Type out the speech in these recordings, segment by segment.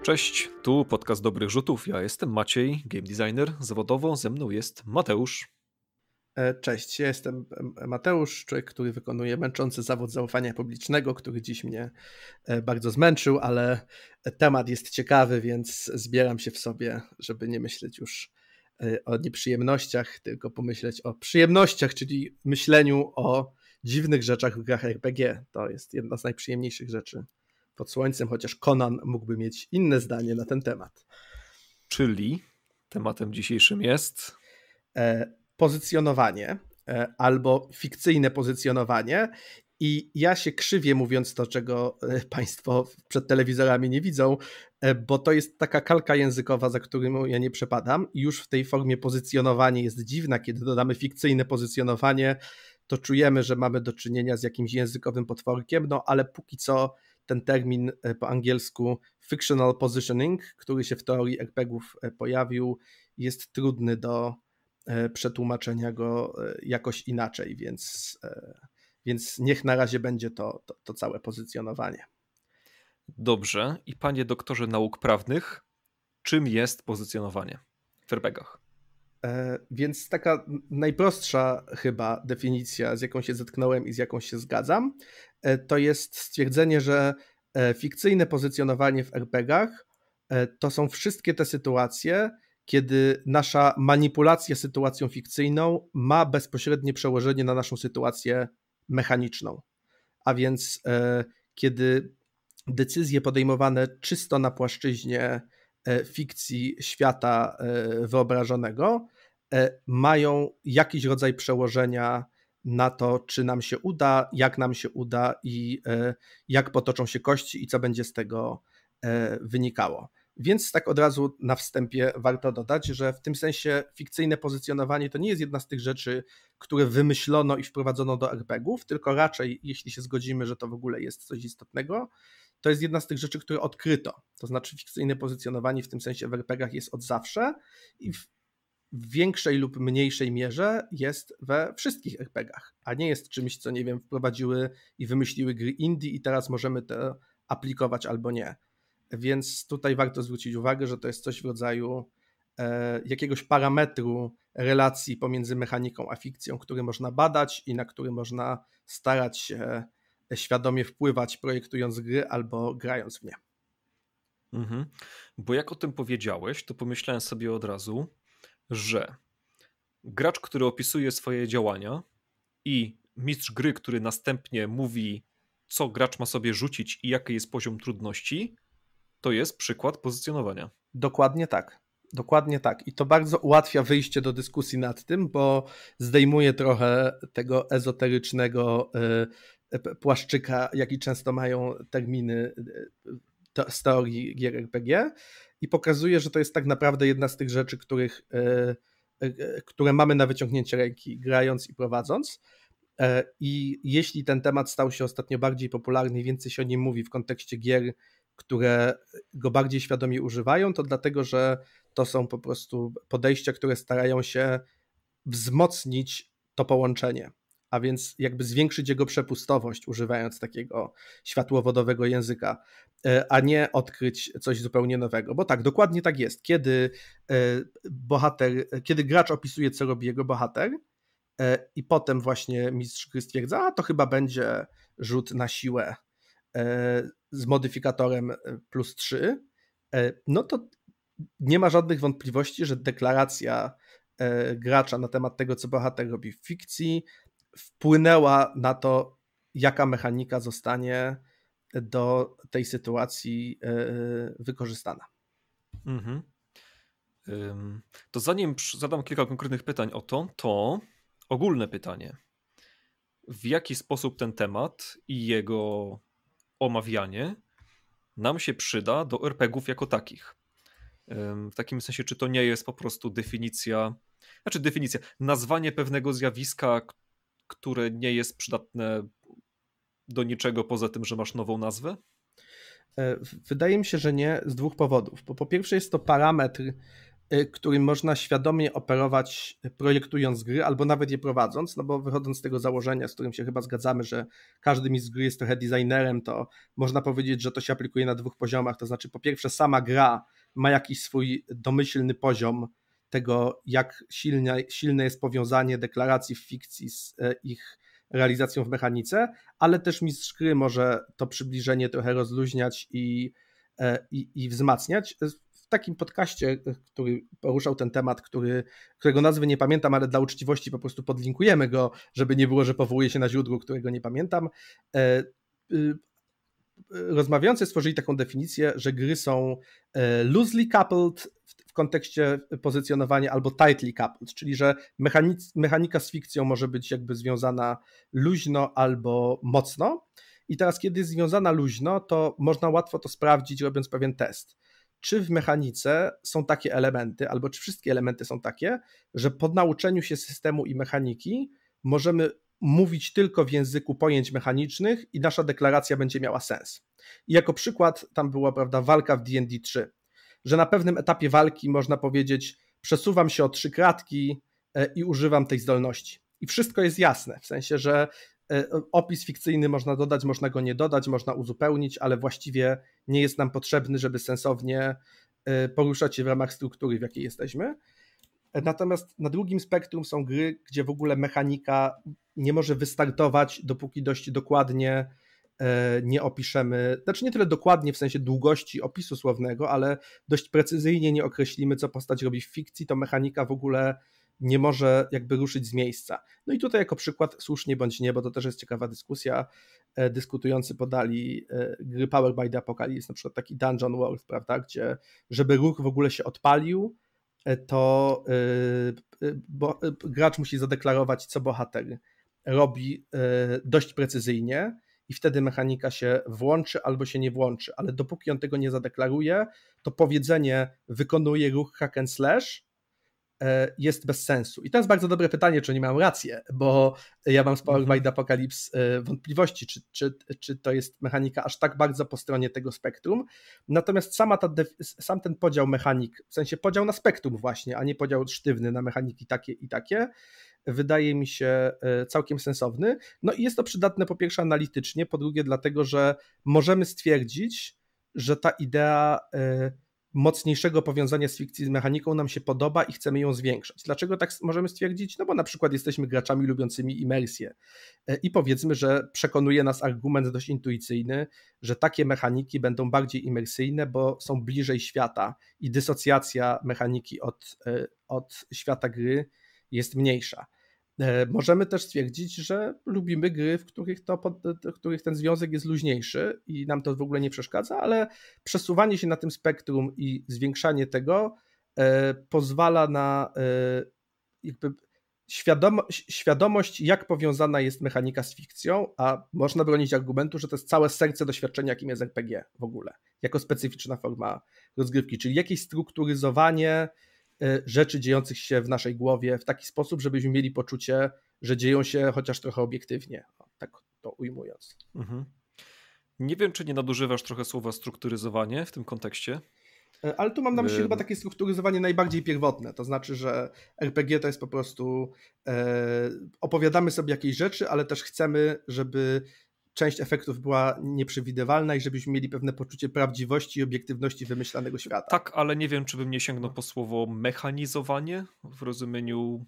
Cześć, tu podcast Dobrych Rzutów. Ja jestem Maciej, game designer. Zawodowo ze mną jest Mateusz. Cześć, ja jestem Mateusz, człowiek, który wykonuje męczący zawód zaufania publicznego, który dziś mnie bardzo zmęczył, ale temat jest ciekawy, więc zbieram się w sobie, żeby nie myśleć już o nieprzyjemnościach, tylko pomyśleć o przyjemnościach, czyli myśleniu o dziwnych rzeczach w grach RPG. To jest jedna z najprzyjemniejszych rzeczy pod słońcem, chociaż Conan mógłby mieć inne zdanie na ten temat. Czyli tematem dzisiejszym jest pozycjonowanie albo fikcyjne pozycjonowanie i ja się krzywię mówiąc to, czego Państwo przed telewizorami nie widzą, bo to jest taka kalka językowa, za którą ja nie przepadam i już w tej formie pozycjonowanie jest dziwna, kiedy dodamy fikcyjne pozycjonowanie, to czujemy, że mamy do czynienia z jakimś językowym potworkiem, no ale póki co ten termin po angielsku fictional positioning, który się w teorii RPG-ów pojawił, jest trudny do przetłumaczenia go jakoś inaczej, więc niech na razie będzie to całe pozycjonowanie. Dobrze. I panie doktorze nauk prawnych, czym jest pozycjonowanie w RPG-ach? Więc taka najprostsza chyba definicja, z jaką się zetknąłem i z jaką się zgadzam, to jest stwierdzenie, że fikcyjne pozycjonowanie w RPG-ach to są wszystkie te sytuacje, kiedy nasza manipulacja sytuacją fikcyjną ma bezpośrednie przełożenie na naszą sytuację mechaniczną. A więc kiedy decyzje podejmowane czysto na płaszczyźnie fikcji świata wyobrażonego mają jakiś rodzaj przełożenia na to, czy nam się uda, jak nam się uda i jak potoczą się kości i co będzie z tego wynikało. Więc tak od razu na wstępie warto dodać, że w tym sensie fikcyjne pozycjonowanie to nie jest jedna z tych rzeczy, które wymyślono i wprowadzono do RPG-ów, tylko raczej, jeśli się zgodzimy, że to w ogóle jest coś istotnego, to jest jedna z tych rzeczy, które odkryto. To znaczy fikcyjne pozycjonowanie w tym sensie w RPG-ach jest od zawsze i w większej lub mniejszej mierze jest we wszystkich RPG-ach, a nie jest czymś, co nie wiem, wprowadziły i wymyśliły gry indie i teraz możemy to aplikować albo nie. Więc tutaj warto zwrócić uwagę, że to jest coś w rodzaju jakiegoś parametru relacji pomiędzy mechaniką a fikcją, który można badać i na który można starać się świadomie wpływać, projektując gry albo grając w nie. Bo jak o tym powiedziałeś, to pomyślałem sobie od razu, że gracz, który opisuje swoje działania i mistrz gry, który następnie mówi, co gracz ma sobie rzucić i jaki jest poziom trudności, to jest przykład pozycjonowania. Dokładnie tak. Dokładnie tak. I to bardzo ułatwia wyjście do dyskusji nad tym, bo zdejmuje trochę tego ezoterycznego płaszczyka, jaki często mają terminy z teorii gier RPG i pokazuje, że to jest tak naprawdę jedna z tych rzeczy, które mamy na wyciągnięcie ręki, grając i prowadząc. I jeśli ten temat stał się ostatnio bardziej popularny i więcej się o nim mówi w kontekście gier, które go bardziej świadomie używają, to dlatego, że to są po prostu podejścia, które starają się wzmocnić to połączenie, a więc jakby zwiększyć jego przepustowość, używając takiego światłowodowego języka, a nie odkryć coś zupełnie nowego. Bo tak, dokładnie tak jest. Kiedy gracz opisuje, co robi jego bohater, i potem właśnie mistrz gry stwierdza, a to chyba będzie rzut na siłę z modyfikatorem +3, no to nie ma żadnych wątpliwości, że deklaracja gracza na temat tego, co bohater robi w fikcji, wpłynęła na to, jaka mechanika zostanie do tej sytuacji wykorzystana. To zanim zadam kilka konkretnych pytań o to ogólne pytanie. W jaki sposób ten temat i jego omawianie nam się przyda do RPG-ów jako takich? W takim sensie, czy to nie jest po prostu definicja, nazwanie pewnego zjawiska, które nie jest przydatne do niczego poza tym, że masz nową nazwę? Wydaje mi się, że nie, z dwóch powodów. Bo po pierwsze jest to parametr którym można świadomie operować, projektując gry, albo nawet je prowadząc, no bo wychodząc z tego założenia, z którym się chyba zgadzamy, że każdy mistrz gry jest trochę designerem, to można powiedzieć, że to się aplikuje na 2 poziomach, to znaczy po pierwsze sama gra ma jakiś swój domyślny poziom tego, jak silne jest powiązanie deklaracji w fikcji z ich realizacją w mechanice, ale też mistrz gry może to przybliżenie trochę rozluźniać i wzmacniać. W takim podcaście, który poruszał ten temat, którego nazwy nie pamiętam, ale dla uczciwości po prostu podlinkujemy go, żeby nie było, że powołuje się na źródło, którego nie pamiętam. Rozmawiający stworzyli taką definicję, że gry są loosely coupled w kontekście pozycjonowania albo tightly coupled, czyli że mechanika z fikcją może być jakby związana luźno albo mocno. I teraz, kiedy jest związana luźno, to można łatwo to sprawdzić, robiąc pewien test. Czy w mechanice są takie elementy, albo czy wszystkie elementy są takie, że po nauczeniu się systemu i mechaniki możemy mówić tylko w języku pojęć mechanicznych i nasza deklaracja będzie miała sens. I jako przykład tam była, prawda, walka w D&D 3, że na pewnym etapie walki można powiedzieć: przesuwam się o 3 kratki i używam tej zdolności. I wszystko jest jasne, w sensie, że opis fikcyjny można dodać, można go nie dodać, można uzupełnić, ale właściwie nie jest nam potrzebny, żeby sensownie poruszać się w ramach struktury, w jakiej jesteśmy. Natomiast na drugim spektrum są gry, gdzie w ogóle mechanika nie może wystartować, dopóki dość dokładnie nie opiszemy, znaczy nie tyle dokładnie w sensie długości opisu słownego, ale dość precyzyjnie nie określimy, co postać robi w fikcji, to mechanika w ogóle nie może jakby ruszyć z miejsca. No i tutaj jako przykład, słusznie bądź nie, bo to też jest ciekawa dyskusja, dyskutujący podali gry Powered by the Apocalypse, na przykład taki Dungeon World, prawda, gdzie żeby ruch w ogóle się odpalił, to gracz musi zadeklarować, co bohater robi dość precyzyjnie i wtedy mechanika się włączy albo się nie włączy, ale dopóki on tego nie zadeklaruje, to powiedzenie wykonuje ruch hack and slash jest bez sensu. I to jest bardzo dobre pytanie, czy nie mam rację, bo ja mam z Powered by the Apocalypse wątpliwości, czy to jest mechanika aż tak bardzo po stronie tego spektrum. Natomiast sam ten podział mechanik, w sensie podział na spektrum właśnie, a nie podział sztywny na mechaniki takie i takie, wydaje mi się całkiem sensowny. No i jest to przydatne po pierwsze analitycznie, po drugie dlatego, że możemy stwierdzić, że ta idea mocniejszego powiązania z fikcji z mechaniką nam się podoba i chcemy ją zwiększać. Dlaczego tak możemy stwierdzić? No bo na przykład jesteśmy graczami lubiącymi imersję i powiedzmy, że przekonuje nas argument dość intuicyjny, że takie mechaniki będą bardziej imersyjne, bo są bliżej świata i dysocjacja mechaniki od świata gry jest mniejsza. Możemy też stwierdzić, że lubimy gry, w których ten związek jest luźniejszy i nam to w ogóle nie przeszkadza, ale przesuwanie się na tym spektrum i zwiększanie tego pozwala na jakby świadomość, jak powiązana jest mechanika z fikcją, a można bronić argumentu, że to jest całe serce doświadczenia, jakim jest RPG w ogóle, jako specyficzna forma rozgrywki, czyli jakieś strukturyzowanie rzeczy dziejących się w naszej głowie w taki sposób, żebyśmy mieli poczucie, że dzieją się chociaż trochę obiektywnie, tak to ujmując. Mhm. Nie wiem, czy nie nadużywasz trochę słowa strukturyzowanie w tym kontekście? Ale tu mam na myśli chyba takie strukturyzowanie najbardziej pierwotne, to znaczy, że RPG to jest po prostu opowiadamy sobie jakieś rzeczy, ale też chcemy, żeby część efektów była nieprzewidywalna i żebyśmy mieli pewne poczucie prawdziwości i obiektywności wymyślanego świata. Tak, ale nie wiem, czy bym nie sięgnął po słowo mechanizowanie w rozumieniu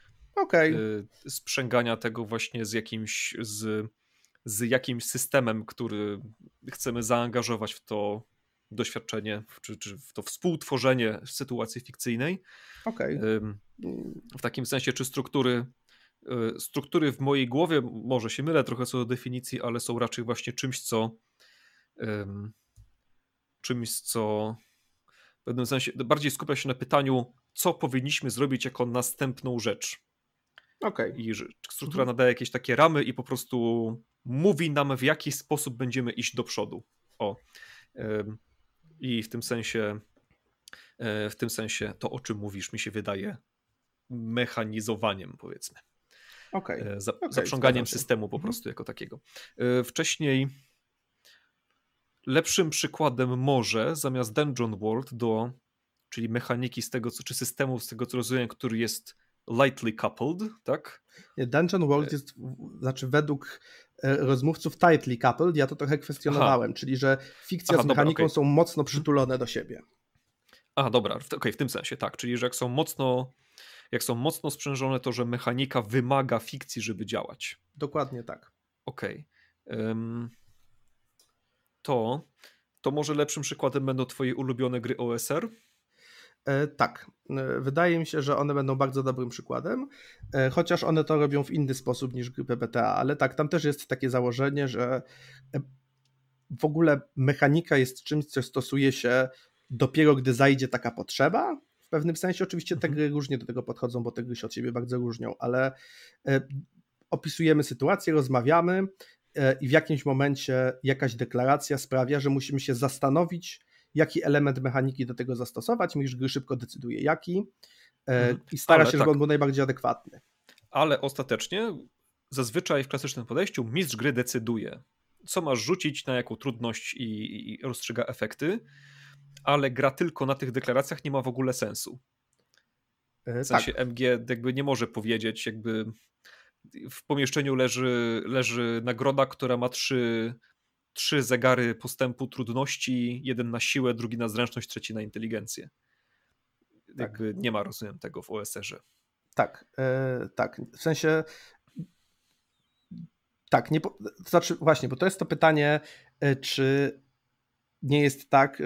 sprzęgania tego właśnie z jakimś systemem, który chcemy zaangażować w to doświadczenie, czy w to współtworzenie sytuacji fikcyjnej. W takim sensie, czy struktury w mojej głowie, może się mylę trochę co do definicji, ale są raczej właśnie czymś, co w pewnym sensie bardziej skupia się na pytaniu, co powinniśmy zrobić jako następną rzecz. I że struktura nadaje jakieś takie ramy i po prostu mówi nam, w jaki sposób będziemy iść do przodu. I w tym sensie to, o czym mówisz, mi się wydaje mechanizowaniem, powiedzmy. Zaprząganiem systemu po prostu jako takiego. Wcześniej lepszym przykładem może zamiast Dungeon World do czyli mechaniki z tego, czy systemu z tego, co rozumiem, który jest lightly coupled, tak? Dungeon World jest, znaczy według rozmówców tightly coupled, ja to trochę kwestionowałem, czyli że fikcja z mechaniką są mocno przytulone do siebie. Dobra, w tym sensie, tak, czyli że jak są mocno sprzężone, to że mechanika wymaga fikcji, żeby działać. Dokładnie tak. Okej. To może lepszym przykładem będą twoje ulubione gry OSR? Tak, wydaje mi się, że one będą bardzo dobrym przykładem, chociaż one to robią w inny sposób niż gry PBTA, ale tak, tam też jest takie założenie, że w ogóle mechanika jest czymś, co stosuje się dopiero, gdy zajdzie taka potrzeba. W pewnym sensie oczywiście te gry różnie do tego podchodzą, bo te gry się od siebie bardzo różnią, ale opisujemy sytuację, rozmawiamy i w jakimś momencie jakaś deklaracja sprawia, że musimy się zastanowić, jaki element mechaniki do tego zastosować, mistrz gry szybko decyduje jaki i stara się, żeby on był najbardziej adekwatny. Ale ostatecznie, zazwyczaj w klasycznym podejściu, mistrz gry decyduje, co masz rzucić, na jaką trudność i rozstrzyga efekty, ale gra tylko na tych deklaracjach nie ma w ogóle sensu. W sensie tak. MG jakby nie może powiedzieć, jakby w pomieszczeniu leży nagroda, która ma trzy zegary postępu trudności, jeden na siłę, drugi na zręczność, trzeci na inteligencję. Jakby nie ma, rozumiem, tego w OSR-ze. Tak, tak. W sensie tak, to znaczy właśnie, bo to jest to pytanie, czy nie jest tak,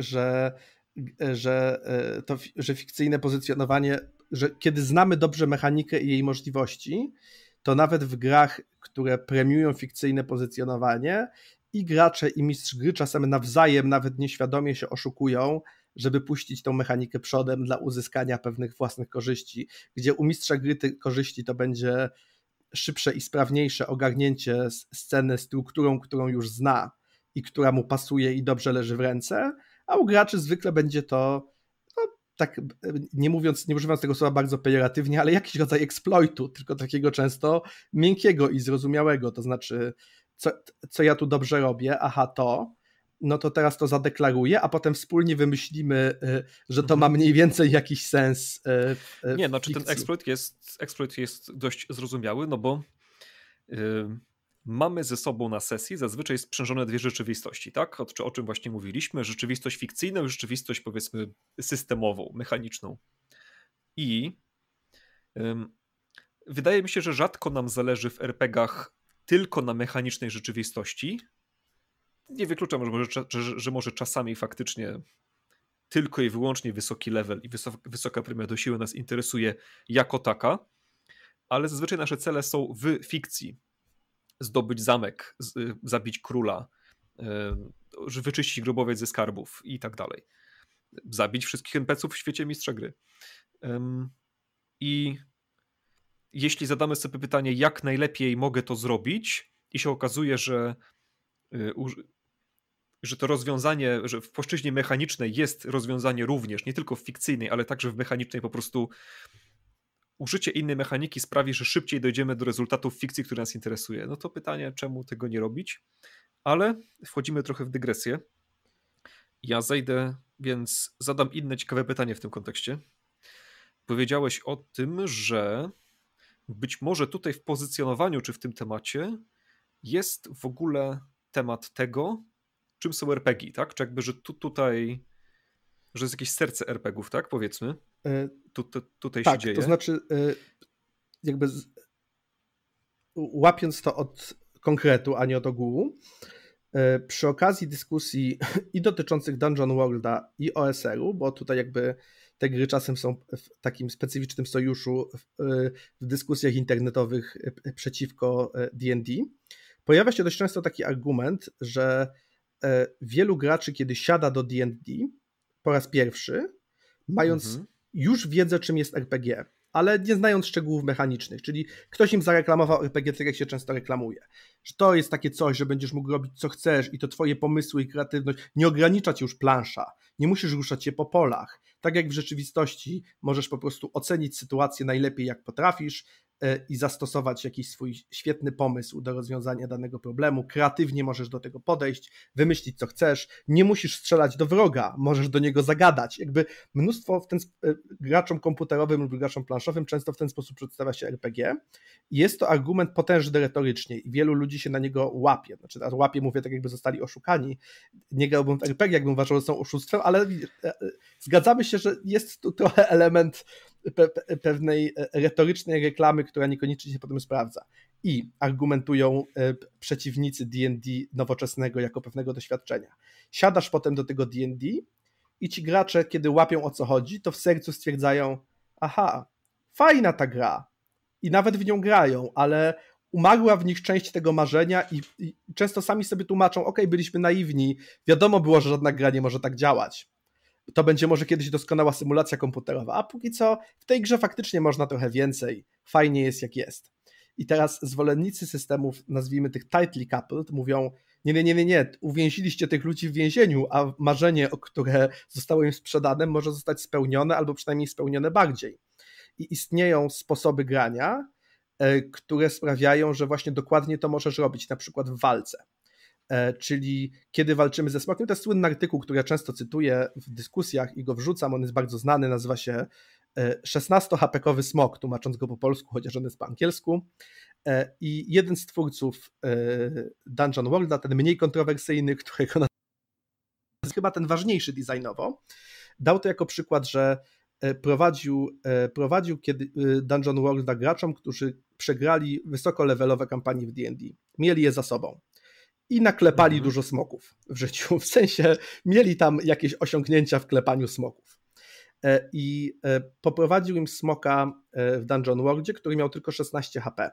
że fikcyjne pozycjonowanie, że kiedy znamy dobrze mechanikę i jej możliwości, to nawet w grach, które premiują fikcyjne pozycjonowanie, i gracze, i mistrz gry czasem nawzajem, nawet nieświadomie się oszukują, żeby puścić tą mechanikę przodem dla uzyskania pewnych własnych korzyści, gdzie u mistrza gry te korzyści to będzie szybsze i sprawniejsze ogarnięcie sceny strukturą, którą już zna i która mu pasuje i dobrze leży w ręce, a u graczy zwykle będzie to, no, tak nie używając tego słowa bardzo pejoratywnie, ale jakiś rodzaj exploitu, tylko takiego często miękkiego i zrozumiałego, to znaczy co ja tu dobrze robię, no to teraz to zadeklaruję, a potem wspólnie wymyślimy, że to ma mniej więcej jakiś sens. Nie, znaczy ten exploit jest dość zrozumiały, no bo mamy ze sobą na sesji zazwyczaj sprzężone dwie rzeczywistości, tak? O czym właśnie mówiliśmy, rzeczywistość fikcyjną i rzeczywistość, powiedzmy, systemową, mechaniczną. I wydaje mi się, że rzadko nam zależy w RPG-ach tylko na mechanicznej rzeczywistości. Nie wykluczam, że może czasami faktycznie tylko i wyłącznie wysoki level i wysoka premia do siły nas interesuje jako taka, ale zazwyczaj nasze cele są w fikcji. Zdobyć zamek, zabić króla, wyczyścić grobowiec ze skarbów i tak dalej. Zabić wszystkich NPC-ów w świecie mistrza gry. I jeśli zadamy sobie pytanie, jak najlepiej mogę to zrobić i się okazuje, że to rozwiązanie, że w płaszczyźnie mechanicznej jest rozwiązanie również, nie tylko w fikcyjnej, ale także w mechanicznej po prostu użycie innej mechaniki sprawi, że szybciej dojdziemy do rezultatów fikcji, które nas interesuje. No to pytanie, czemu tego nie robić? Ale wchodzimy trochę w dygresję. Ja więc zadam inne ciekawe pytanie w tym kontekście. Powiedziałeś o tym, że być może tutaj w pozycjonowaniu, czy w tym temacie jest w ogóle temat tego, czym są RPG, tak? Czy jakby, że tutaj, że jest jakieś serce RPGów, tak? Powiedzmy. Tutaj tak, się dzieje. To znaczy jakby łapiąc to od konkretu, a nie od ogółu, przy okazji dyskusji i dotyczących Dungeon Worlda i OSR-u, bo tutaj jakby te gry czasem są w takim specyficznym sojuszu w dyskusjach internetowych przeciwko D&D, pojawia się dość często taki argument, że wielu graczy, kiedy siada do D&D po raz pierwszy, mając już wiedzę, czym jest RPG, ale nie znając szczegółów mechanicznych, czyli ktoś im zareklamował RPG, tak jak się często reklamuje, że to jest takie coś, że będziesz mógł robić co chcesz i to twoje pomysły i kreatywność, nie ogranicza cię już plansza, nie musisz ruszać się po polach, tak jak w rzeczywistości możesz po prostu ocenić sytuację najlepiej jak potrafisz, i zastosować jakiś swój świetny pomysł do rozwiązania danego problemu. Kreatywnie możesz do tego podejść, wymyślić co chcesz, nie musisz strzelać do wroga, możesz do niego zagadać. Jakby mnóstwo graczom komputerowym lub graczom planszowym często w ten sposób przedstawia się RPG. Jest to argument potężny retorycznie i wielu ludzi się na niego łapie. Znaczy, łapie mówię tak, jakby zostali oszukani. Nie grałbym w RPG, jakbym uważał, że są oszustwem, ale zgadzamy się, że jest tu trochę element pewnej retorycznej reklamy, która niekoniecznie się potem sprawdza. I argumentują przeciwnicy D&D nowoczesnego jako pewnego doświadczenia. Siadasz potem do tego D&D i ci gracze, kiedy łapią o co chodzi, to w sercu stwierdzają, aha, fajna ta gra i nawet w nią grają, ale umarła w nich część tego marzenia i często sami sobie tłumaczą, okej, byliśmy naiwni, wiadomo było, że żadna gra nie może tak działać. To będzie może kiedyś doskonała symulacja komputerowa, a póki co w tej grze faktycznie można trochę więcej, fajnie jest jak jest. I teraz zwolennicy systemów, nazwijmy tych tightly coupled, mówią, nie, uwięziliście tych ludzi w więzieniu, a marzenie, które zostało im sprzedane, może zostać spełnione, albo przynajmniej spełnione bardziej. I istnieją sposoby grania, które sprawiają, że właśnie dokładnie to możesz robić, na przykład w walce. Czyli kiedy walczymy ze smokiem, to jest słynny artykuł, który ja często cytuję w dyskusjach i go wrzucam, on jest bardzo znany, nazywa się 16-hapekowy smok, tłumacząc go po polsku, chociaż on jest po angielsku. I jeden z twórców Dungeon Worlda, ten mniej kontrowersyjny, którego jest chyba ten ważniejszy designowo, dał to jako przykład, że prowadził kiedy Dungeon Worlda graczom, którzy przegrali wysokolevelowe kampanie w D&D. Mieli je za sobą. I naklepali dużo smoków w życiu. W sensie mieli tam jakieś osiągnięcia w klepaniu smoków. I poprowadził im smoka w Dungeon Worldzie, który miał tylko 16 HP.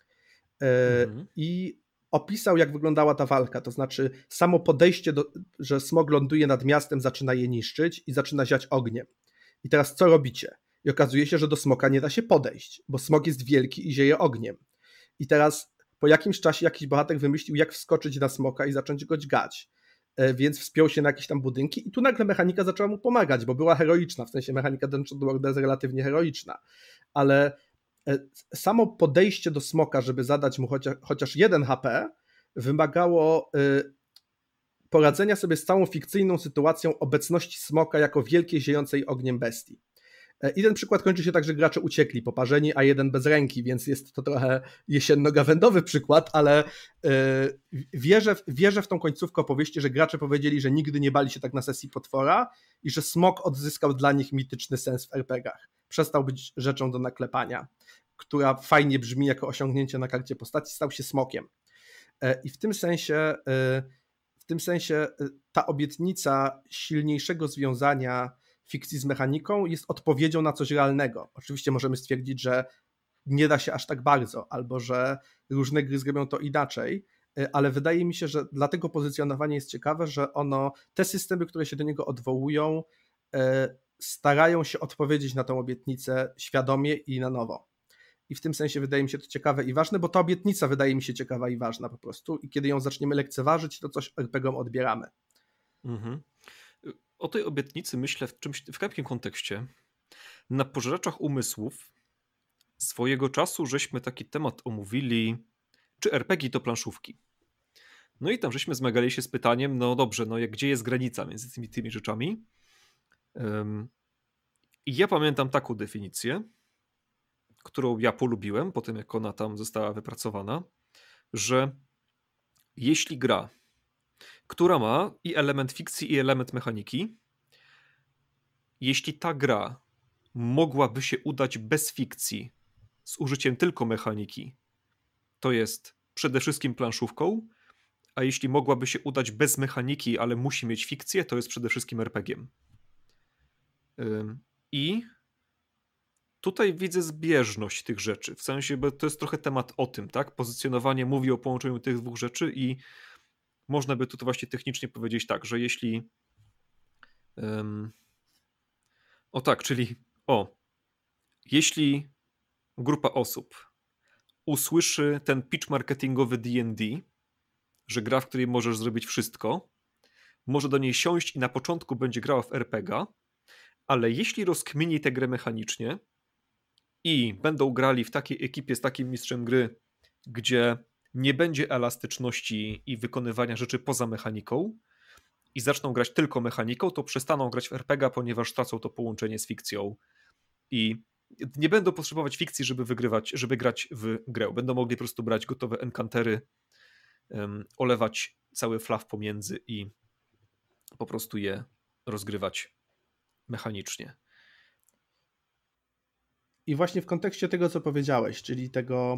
I opisał, jak wyglądała ta walka. To znaczy samo podejście, że smok ląduje nad miastem, zaczyna je niszczyć i zaczyna ziać ogniem. I teraz co robicie? I okazuje się, że do smoka nie da się podejść, bo smok jest wielki i zieje ogniem. I teraz po jakimś czasie jakiś bohater wymyślił, jak wskoczyć na smoka i zacząć go dźgać. Więc wspiął się na jakieś tam budynki i tu nagle mechanika zaczęła mu pomagać, bo była heroiczna, w sensie mechanika Dungeon Worlda jest relatywnie heroiczna, ale samo podejście do smoka, żeby zadać mu chociaż 1 HP, wymagało poradzenia sobie z całą fikcyjną sytuacją obecności smoka jako wielkiej, ziejącej ogniem bestii. I ten przykład kończy się tak, że gracze uciekli poparzeni, a jeden bez ręki, więc jest to trochę jesienno-gawędowy przykład, ale wierzę w tą końcówkę opowieści, że gracze powiedzieli, że nigdy nie bali się tak na sesji potwora i że smok odzyskał dla nich mityczny sens w RPG-ach. Przestał być rzeczą do naklepania, która fajnie brzmi jako osiągnięcie na karcie postaci, stał się smokiem. I w tym sensie ta obietnica silniejszego związania fikcji z mechaniką jest odpowiedzią na coś realnego. Oczywiście możemy stwierdzić, że nie da się aż tak bardzo, albo że różne gry zrobią to inaczej, ale wydaje mi się, że dlatego pozycjonowanie jest ciekawe, że te systemy, które się do niego odwołują, starają się odpowiedzieć na tą obietnicę świadomie i na nowo. I w tym sensie wydaje mi się to ciekawe i ważne, bo ta obietnica wydaje mi się ciekawa i ważna po prostu i kiedy ją zaczniemy lekceważyć, to coś RPG-om odbieramy. O tej obietnicy myślę w takim kontekście. Na Pożeraczach Umysłów swojego czasu żeśmy taki temat omówili, czy RPG to planszówki. No i tam żeśmy zmagali się z pytaniem, no dobrze, no gdzie jest granica między tymi rzeczami? I ja pamiętam taką definicję, którą ja polubiłem po tym, jak ona tam została wypracowana, że jeśli gra, która ma i element fikcji, i element mechaniki, jeśli ta gra mogłaby się udać bez fikcji, z użyciem tylko mechaniki, to jest przede wszystkim planszówką, a jeśli mogłaby się udać bez mechaniki, ale musi mieć fikcję, to jest przede wszystkim RPG-iem. I tutaj widzę zbieżność tych rzeczy, w sensie, bo to jest trochę temat o tym, tak? Pozycjonowanie mówi o połączeniu tych dwóch rzeczy i można by tu właśnie technicznie powiedzieć tak, że jeśli jeśli grupa osób usłyszy ten pitch marketingowy D&D, że gra, w której możesz zrobić wszystko, może do niej siąść i na początku będzie grała w RPG, ale jeśli rozkmini tę grę mechanicznie i będą grali w takiej ekipie z takim mistrzem gry, gdzie nie będzie elastyczności i wykonywania rzeczy poza mechaniką i zaczną grać tylko mechaniką, to przestaną grać w RPG, ponieważ tracą to połączenie z fikcją i nie będą potrzebować fikcji, żeby wygrywać, żeby grać w grę. Będą mogli po prostu brać gotowe enkantery, olewać cały flaw pomiędzy i po prostu je rozgrywać mechanicznie. I właśnie w kontekście tego, co powiedziałeś, czyli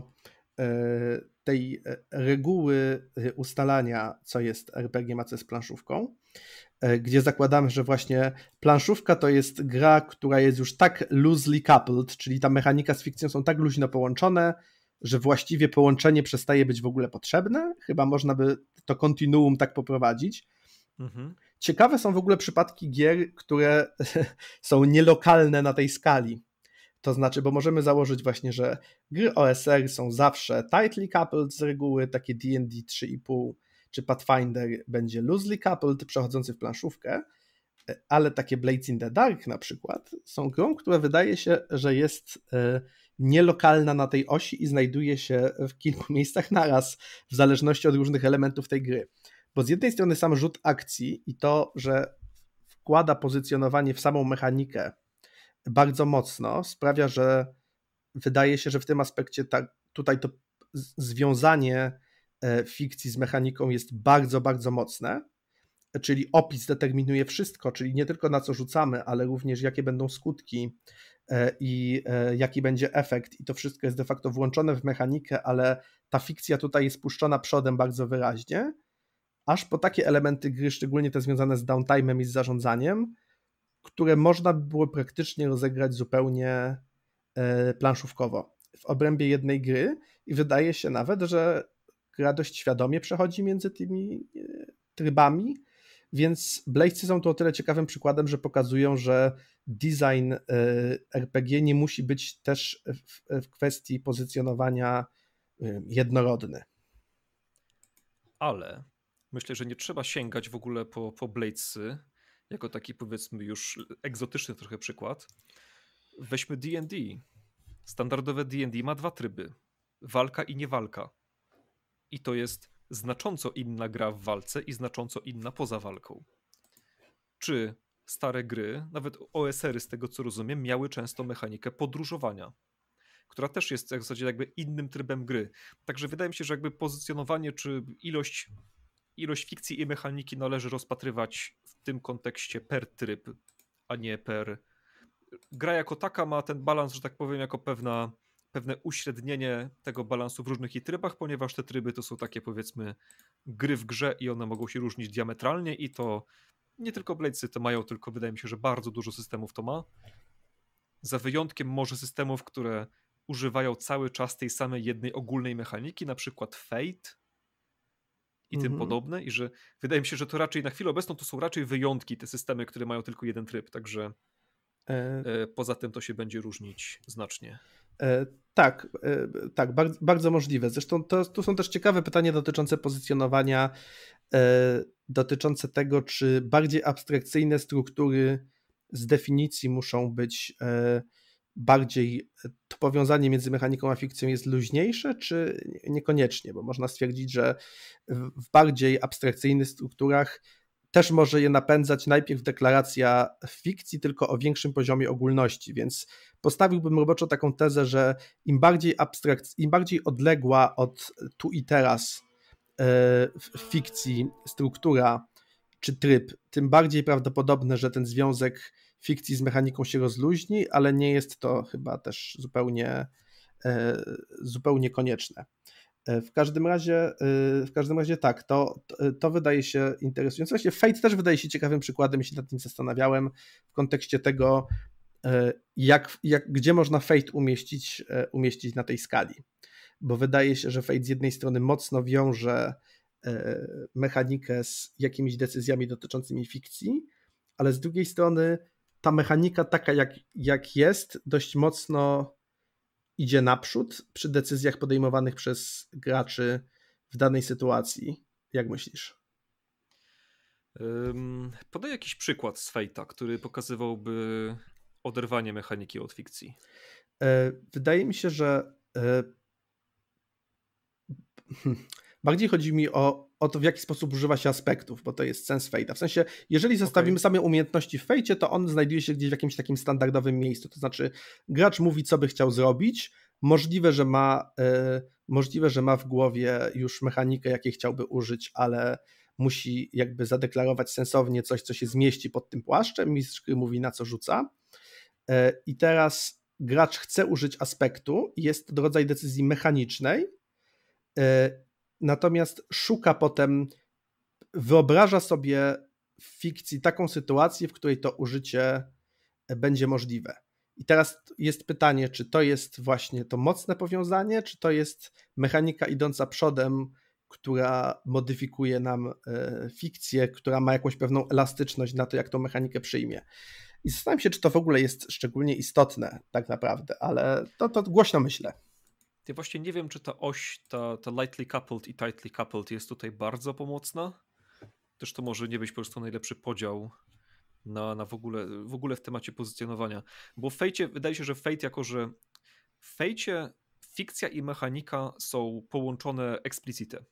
tej reguły ustalania, co jest RPG, a co jest planszówką, gdzie zakładamy, że właśnie planszówka to jest gra, która jest już tak loosely coupled, czyli ta mechanika z fikcją są tak luźno połączone, że właściwie połączenie przestaje być w ogóle potrzebne. Chyba można by to kontinuum tak poprowadzić. Mhm. Ciekawe są w ogóle przypadki gier, które są nielokalne na tej skali. To znaczy, bo możemy założyć właśnie, że gry OSR są zawsze tightly coupled z reguły, takie D&D 3,5 czy Pathfinder będzie loosely coupled, przechodzący w planszówkę, ale takie Blades in the Dark na przykład są grą, która wydaje się, że jest nielokalna na tej osi i znajduje się w kilku miejscach naraz, w zależności od różnych elementów tej gry. Bo z jednej strony sam rzut akcji i to, że wkłada pozycjonowanie w samą mechanikę bardzo mocno, sprawia, że wydaje się, że w tym aspekcie tutaj to związanie fikcji z mechaniką jest bardzo, bardzo mocne, czyli opis determinuje wszystko, czyli nie tylko na co rzucamy, ale również jakie będą skutki i jaki będzie efekt i to wszystko jest de facto włączone w mechanikę, ale ta fikcja tutaj jest puszczona przodem bardzo wyraźnie, aż po takie elementy gry, szczególnie te związane z downtime'em i z zarządzaniem, które można by było praktycznie rozegrać zupełnie planszówkowo w obrębie jednej gry i wydaje się nawet, że gra dość świadomie przechodzi między tymi trybami, więc Bladesy są tu o tyle ciekawym przykładem, że pokazują, że design RPG nie musi być też w kwestii pozycjonowania jednorodny. Ale myślę, że nie trzeba sięgać w ogóle po Bladesy, jako taki powiedzmy już egzotyczny trochę przykład. Weźmy D&D. Standardowe D&D ma 2 tryby. Walka i niewalka. I to jest znacząco inna gra w walce i znacząco inna poza walką. Czy stare gry, nawet OSR-y z tego co rozumiem, miały często mechanikę podróżowania, która też jest w zasadzie jakby innym trybem gry. Także wydaje mi się, że jakby pozycjonowanie czy ilość fikcji i mechaniki należy rozpatrywać w tym kontekście per tryb, a nie per... Gra jako taka ma ten balans, że tak powiem, jako pewne uśrednienie tego balansu w różnych jej trybach, ponieważ te tryby to są takie powiedzmy gry w grze i one mogą się różnić diametralnie i to nie tylko Bladesy to mają, tylko wydaje mi się, że bardzo dużo systemów to ma. Za wyjątkiem może systemów, które używają cały czas tej samej jednej ogólnej mechaniki, na przykład Fate i tym podobne i że wydaje mi się, że to raczej na chwilę obecną to są raczej wyjątki, te systemy, które mają tylko jeden tryb, także poza tym to się będzie różnić znacznie. Tak, bardzo, bardzo możliwe. Zresztą tu są też ciekawe pytania dotyczące pozycjonowania, dotyczące tego, czy bardziej abstrakcyjne struktury z definicji muszą być bardziej, to powiązanie między mechaniką a fikcją jest luźniejsze, czy niekoniecznie, bo można stwierdzić, że w bardziej abstrakcyjnych strukturach też może je napędzać najpierw deklaracja fikcji, tylko o większym poziomie ogólności, więc postawiłbym roboczo taką tezę, że im bardziej odległa od tu i teraz w fikcji struktura czy tryb, tym bardziej prawdopodobne, że ten związek fikcji z mechaniką się rozluźni, ale nie jest to chyba też zupełnie konieczne. W każdym razie tak, to wydaje się interesujące. Właśnie Fate też wydaje się ciekawym przykładem, się nad tym zastanawiałem w kontekście tego, gdzie można Fate umieścić na tej skali. Bo wydaje się, że Fate z jednej strony mocno wiąże mechanikę z jakimiś decyzjami dotyczącymi fikcji, ale z drugiej strony ta mechanika taka jak jest, dość mocno idzie naprzód przy decyzjach podejmowanych przez graczy w danej sytuacji. Jak myślisz? Podaj jakiś przykład z Fate'a, który pokazywałby oderwanie mechaniki od fikcji. Wydaje mi się, że bardziej chodzi mi o to, w jaki sposób używa się aspektów, bo to jest sens Fate'a. W sensie, jeżeli zostawimy same umiejętności w Fate'cie, to on znajduje się gdzieś w jakimś takim standardowym miejscu. To znaczy, gracz mówi, co by chciał zrobić. Możliwe, że ma w głowie już mechanikę, jakiej chciałby użyć, ale musi jakby zadeklarować sensownie coś, co się zmieści pod tym płaszczem. Mistrz gry mówi, na co rzuca. I teraz gracz chce użyć aspektu i jest to rodzaj decyzji mechanicznej, natomiast szuka potem, wyobraża sobie w fikcji taką sytuację, w której to użycie będzie możliwe. I teraz jest pytanie, czy to jest właśnie to mocne powiązanie, czy to jest mechanika idąca przodem, która modyfikuje nam fikcję, która ma jakąś pewną elastyczność na to, jak tą mechanikę przyjmie. I zastanawiam się, czy to w ogóle jest szczególnie istotne tak naprawdę, ale to głośno myślę. Ja właśnie nie wiem, czy ta oś, ta lightly coupled i tightly coupled jest tutaj bardzo pomocna. Też to może nie być po prostu najlepszy podział na w ogóle w temacie pozycjonowania. Bo w Fate'cie, wydaje się, że Fate jako, że w Fate'cie fikcja i mechanika są połączone explicite.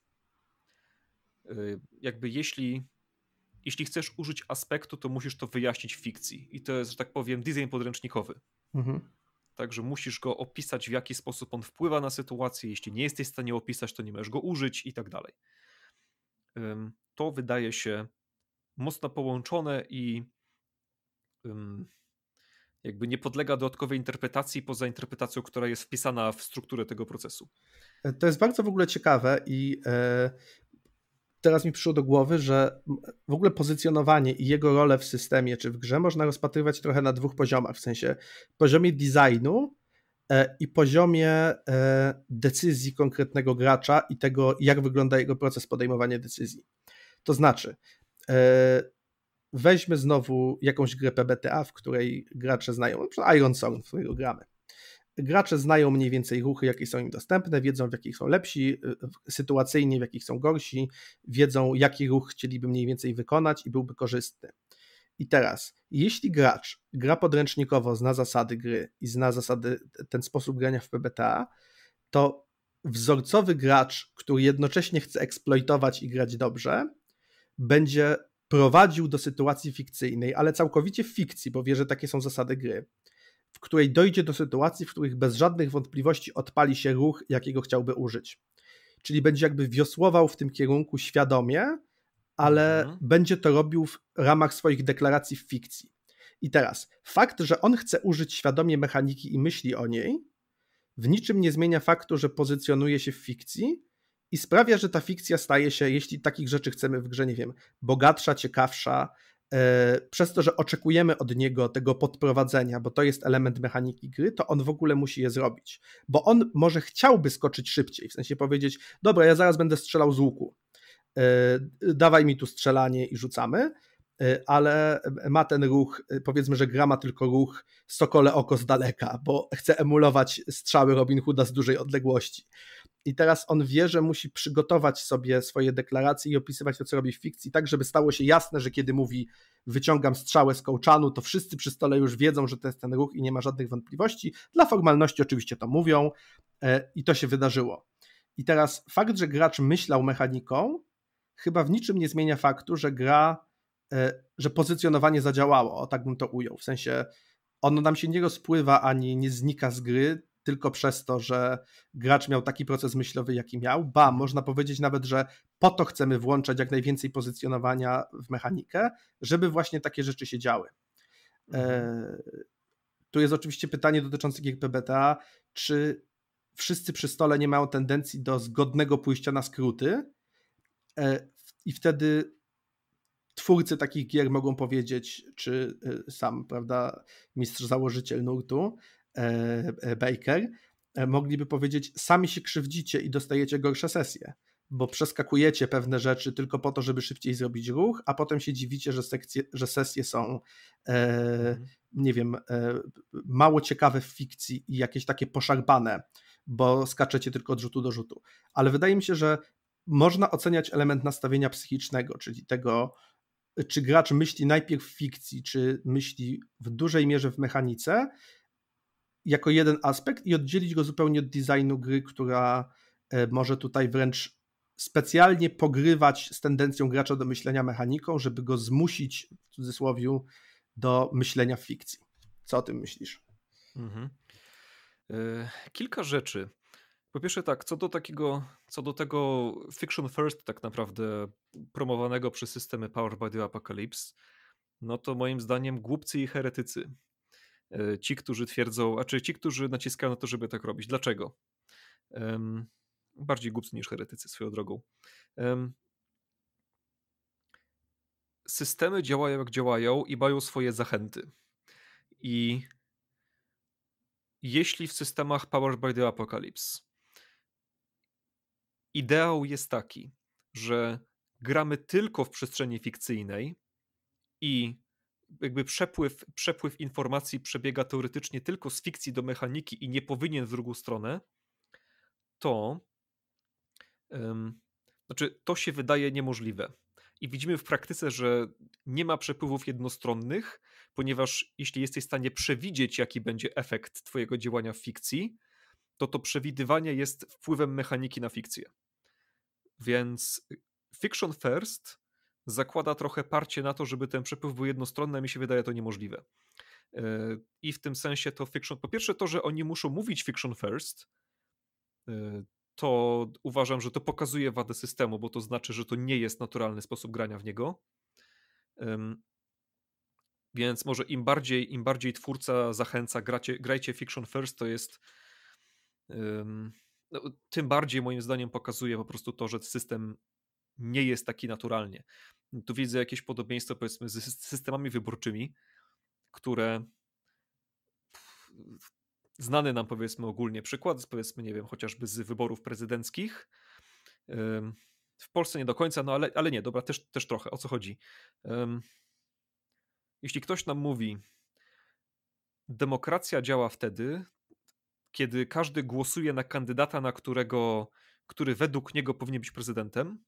Jakby jeśli chcesz użyć aspektu, to musisz to wyjaśnić w fikcji. I to jest, że tak powiem, design podręcznikowy. Także musisz go opisać, w jaki sposób on wpływa na sytuację. Jeśli nie jesteś w stanie opisać, to nie możesz go użyć i tak dalej. To wydaje się mocno połączone i jakby nie podlega dodatkowej interpretacji poza interpretacją, która jest wpisana w strukturę tego procesu. To jest bardzo w ogóle ciekawe i teraz mi przyszło do głowy, że w ogóle pozycjonowanie i jego rolę w systemie czy w grze można rozpatrywać trochę na dwóch poziomach, w sensie poziomie designu i poziomie decyzji konkretnego gracza i tego, jak wygląda jego proces podejmowania decyzji. To znaczy, weźmy znowu jakąś grę PBTA, w której gracze znają, np. Iron Song, w którego gramy. Gracze znają mniej więcej ruchy, jakie są im dostępne, wiedzą, w jakich są lepsi, sytuacyjnie, w jakich są gorsi, wiedzą, jaki ruch chcieliby mniej więcej wykonać i byłby korzystny. I teraz, jeśli gracz gra podręcznikowo, zna zasady gry i zna zasady, ten sposób grania w PBTA, to wzorcowy gracz, który jednocześnie chce eksploitować i grać dobrze, będzie prowadził do sytuacji fikcyjnej, ale całkowicie w fikcji, bo wie, że takie są zasady gry, w której dojdzie do sytuacji, w których bez żadnych wątpliwości odpali się ruch, jakiego chciałby użyć. Czyli będzie jakby wiosłował w tym kierunku świadomie, ale będzie to robił w ramach swoich deklaracji w fikcji. I teraz, fakt, że on chce użyć świadomie mechaniki i myśli o niej, w niczym nie zmienia faktu, że pozycjonuje się w fikcji i sprawia, że ta fikcja staje się, jeśli takich rzeczy chcemy w grze, nie wiem, bogatsza, ciekawsza, przez to, że oczekujemy od niego tego podprowadzenia, bo to jest element mechaniki gry, to on w ogóle musi je zrobić. Bo on może chciałby skoczyć szybciej, w sensie powiedzieć, dobra, ja zaraz będę strzelał z łuku, dawaj mi tu strzelanie i rzucamy, ale ma ten ruch, powiedzmy, że gra ma tylko ruch sokole oko z daleka, bo chce emulować strzały Robin Hooda z dużej odległości. I teraz on wie, że musi przygotować sobie swoje deklaracje i opisywać to, co robi w fikcji, tak, żeby stało się jasne, że kiedy mówi wyciągam strzałę z kołczanu, to wszyscy przy stole już wiedzą, że to jest ten ruch i nie ma żadnych wątpliwości. Dla formalności oczywiście to mówią i to się wydarzyło. I teraz fakt, że gracz myślał mechaniką, chyba w niczym nie zmienia faktu, że że pozycjonowanie zadziałało, o tak bym to ujął. W sensie ono nam się nie rozpływa ani nie znika z gry, tylko przez to, że gracz miał taki proces myślowy, jaki miał. Można powiedzieć nawet, że po to chcemy włączać jak najwięcej pozycjonowania w mechanikę, żeby właśnie takie rzeczy się działy. Tu jest oczywiście pytanie dotyczące gier PBTA, czy wszyscy przy stole nie mają tendencji do zgodnego pójścia na skróty i wtedy twórcy takich gier mogą powiedzieć, czy sam, prawda, mistrz założyciel nurtu, Baker, mogliby powiedzieć, sami się krzywdzicie i dostajecie gorsze sesje, bo przeskakujecie pewne rzeczy tylko po to, żeby szybciej zrobić ruch, a potem się dziwicie, że sesje są nie wiem, mało ciekawe w fikcji i jakieś takie poszarpane, bo skaczecie tylko od rzutu do rzutu. Ale wydaje mi się, że można oceniać element nastawienia psychicznego, czyli tego, czy gracz myśli najpierw w fikcji, czy myśli w dużej mierze w mechanice, jako jeden aspekt i oddzielić go zupełnie od designu gry, która może tutaj wręcz specjalnie pogrywać z tendencją gracza do myślenia mechaniką, żeby go zmusić, w cudzysłowie, do myślenia w fikcji. Co o tym myślisz? Kilka rzeczy. Po pierwsze tak, co do tego Fiction First tak naprawdę promowanego przez systemy Powered by the Apocalypse, no to moim zdaniem głupcy i heretycy. Ci, którzy twierdzą, ci, którzy naciskają na to, żeby tak robić. Dlaczego? Bardziej głupcy niż heretycy swoją drogą. Systemy działają jak działają i mają swoje zachęty. I jeśli w systemach Powered by the Apocalypse ideał jest taki, że gramy tylko w przestrzeni fikcyjnej i jakby przepływ informacji przebiega teoretycznie tylko z fikcji do mechaniki i nie powinien w drugą stronę, to to się wydaje niemożliwe. I widzimy w praktyce, że nie ma przepływów jednostronnych, ponieważ jeśli jesteś w stanie przewidzieć, jaki będzie efekt twojego działania w fikcji, to przewidywanie jest wpływem mechaniki na fikcję. Więc Fiction First zakłada trochę parcie na to, żeby ten przepływ był jednostronny, a mi się wydaje to niemożliwe. I w tym sensie to Fiction... Po pierwsze to, że oni muszą mówić Fiction First, to uważam, że to pokazuje wadę systemu, bo to znaczy, że to nie jest naturalny sposób grania w niego. Więc może im bardziej twórca zachęca, grajcie Fiction First, to jest tym bardziej moim zdaniem pokazuje po prostu to, że system nie jest taki naturalnie. Tu widzę jakieś podobieństwo powiedzmy z systemami wyborczymi, które znany nam powiedzmy ogólnie przykład, powiedzmy nie wiem, chociażby z wyborów prezydenckich. W Polsce nie do końca, no ale nie, dobra, też trochę. O co chodzi? Jeśli ktoś nam mówi, demokracja działa wtedy, kiedy każdy głosuje na kandydata, który według niego powinien być prezydentem,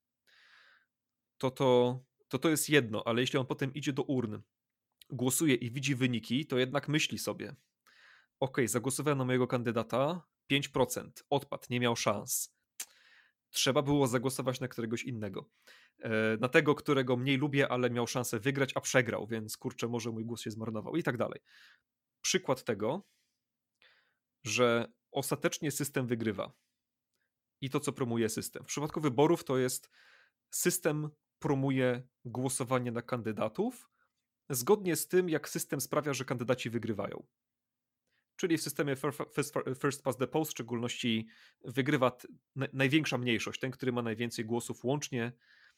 to jest jedno, ale jeśli on potem idzie do urn, głosuje i widzi wyniki, to jednak myśli sobie, zagłosowałem na mojego kandydata, 5%, odpadł, nie miał szans. Trzeba było zagłosować na któregoś innego. Na tego, którego mniej lubię, ale miał szansę wygrać, a przegrał, więc kurczę, może mój głos się zmarnował i tak dalej. Przykład tego, że ostatecznie system wygrywa. I to, co promuje system. W przypadku wyborów to jest system promuje głosowanie na kandydatów zgodnie z tym, jak system sprawia, że kandydaci wygrywają. Czyli w systemie First Past the Post w szczególności wygrywa największa mniejszość, ten, który ma najwięcej głosów łącznie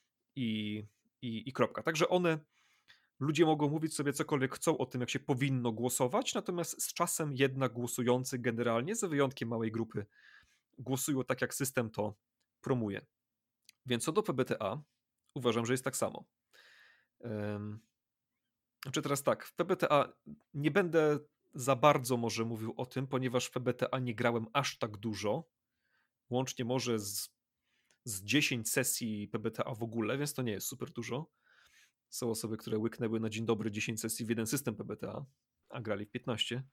i kropka. Także ludzie mogą mówić sobie cokolwiek chcą o tym, jak się powinno głosować, natomiast z czasem jednak głosujący generalnie, za wyjątkiem małej grupy, głosują tak, jak system to promuje. Więc co do PBTA, uważam, że jest tak samo. Znaczy teraz tak, w PBTA nie będę za bardzo może mówił o tym, ponieważ w PBTA nie grałem aż tak dużo. Łącznie może z 10 sesji PBTA w ogóle, więc to nie jest super dużo. Są osoby, które łyknęły na dzień dobry 10 sesji w jeden system PBTA, a grali w 15.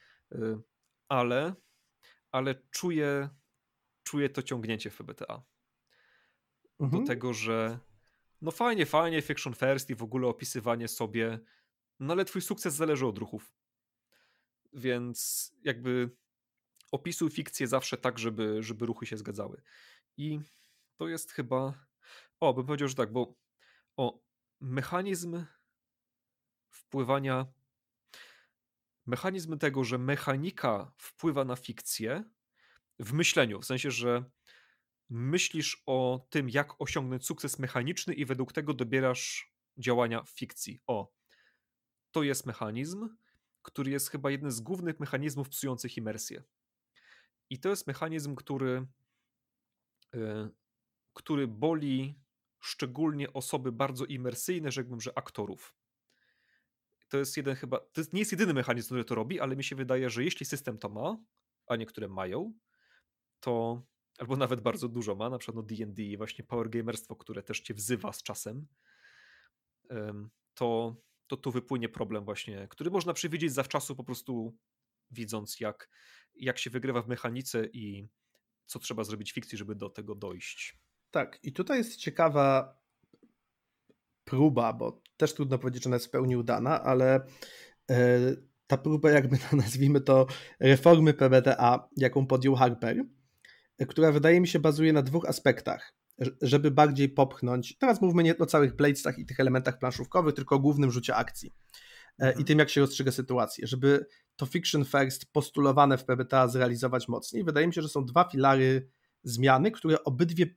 Ale czuję to ciągnięcie w PBTA. Do tego, że no fajnie, Fiction First i w ogóle opisywanie sobie, no ale twój sukces zależy od ruchów. Więc jakby opisuj fikcję zawsze tak, żeby ruchy się zgadzały. I to jest chyba... bym powiedział, że tak, bo mechanizm wpływania... Mechanizm tego, że mechanika wpływa na fikcję w myśleniu, w sensie, że myślisz o tym, jak osiągnąć sukces mechaniczny i według tego dobierasz działania w fikcji. To jest mechanizm, który jest chyba jednym z głównych mechanizmów psujących imersję. I to jest mechanizm, który boli szczególnie osoby bardzo imersyjne, rzekłbym, że aktorów. To nie jest jedyny mechanizm, który to robi, ale mi się wydaje, że jeśli system to ma, a niektóre mają, to albo nawet bardzo dużo ma, na przykład D&D i właśnie power gamerstwo, które też cię wzywa z czasem, to tu wypłynie problem właśnie, który można przewidzieć zawczasu po prostu widząc jak się wygrywa w mechanice i co trzeba zrobić w fikcji, żeby do tego dojść. Tak, i tutaj jest ciekawa próba, bo też trudno powiedzieć, że ona jest w pełni udana, ale ta próba, jakby nazwijmy to, reformy PBTA, jaką podjął Harper, która wydaje mi się bazuje na dwóch aspektach, żeby bardziej popchnąć, teraz mówmy nie o całych bladesach i tych elementach planszówkowych, tylko o głównym rzucie akcji i tym, jak się rozstrzyga sytuację, żeby to fiction first postulowane w PBTA zrealizować mocniej. Wydaje mi się, że są dwa filary zmiany, które obydwie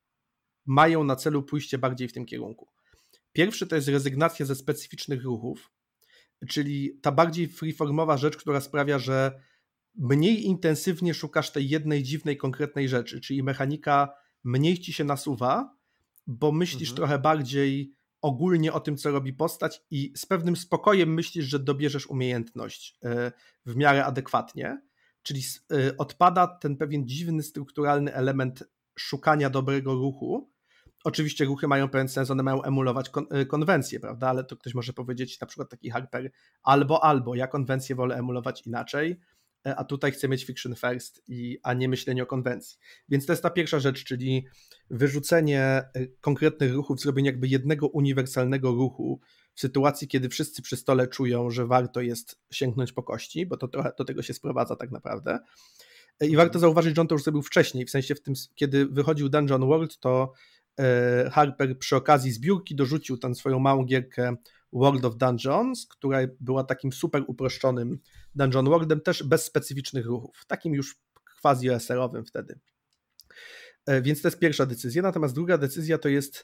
mają na celu pójście bardziej w tym kierunku. Pierwszy to jest rezygnacja ze specyficznych ruchów, czyli ta bardziej freeformowa rzecz, która sprawia, że mniej intensywnie szukasz tej jednej dziwnej, konkretnej rzeczy, czyli mechanika mniej ci się nasuwa, bo myślisz trochę bardziej ogólnie o tym, co robi postać i z pewnym spokojem myślisz, że dobierzesz umiejętność w miarę adekwatnie, czyli odpada ten pewien dziwny, strukturalny element szukania dobrego ruchu. Oczywiście ruchy mają pewien sens, one mają emulować konwencje, prawda, ale to ktoś może powiedzieć, na przykład taki Harper, albo, ja konwencję wolę emulować inaczej, a tutaj chcę mieć fiction first, a nie myślenie o konwencji. Więc to jest ta pierwsza rzecz, czyli wyrzucenie konkretnych ruchów, zrobienie jakby jednego uniwersalnego ruchu w sytuacji, kiedy wszyscy przy stole czują, że warto jest sięgnąć po kości, bo to trochę do tego się sprowadza tak naprawdę. I warto zauważyć, że on to już zrobił wcześniej, w sensie w tym, kiedy wychodził Dungeon World, to Harper przy okazji zbiórki dorzucił tę swoją małą gierkę World of Dungeons, która była takim super uproszczonym Dungeon Worldem, też bez specyficznych ruchów, takim już quasi-OSR-owym wtedy. Więc to jest pierwsza decyzja, natomiast druga decyzja to jest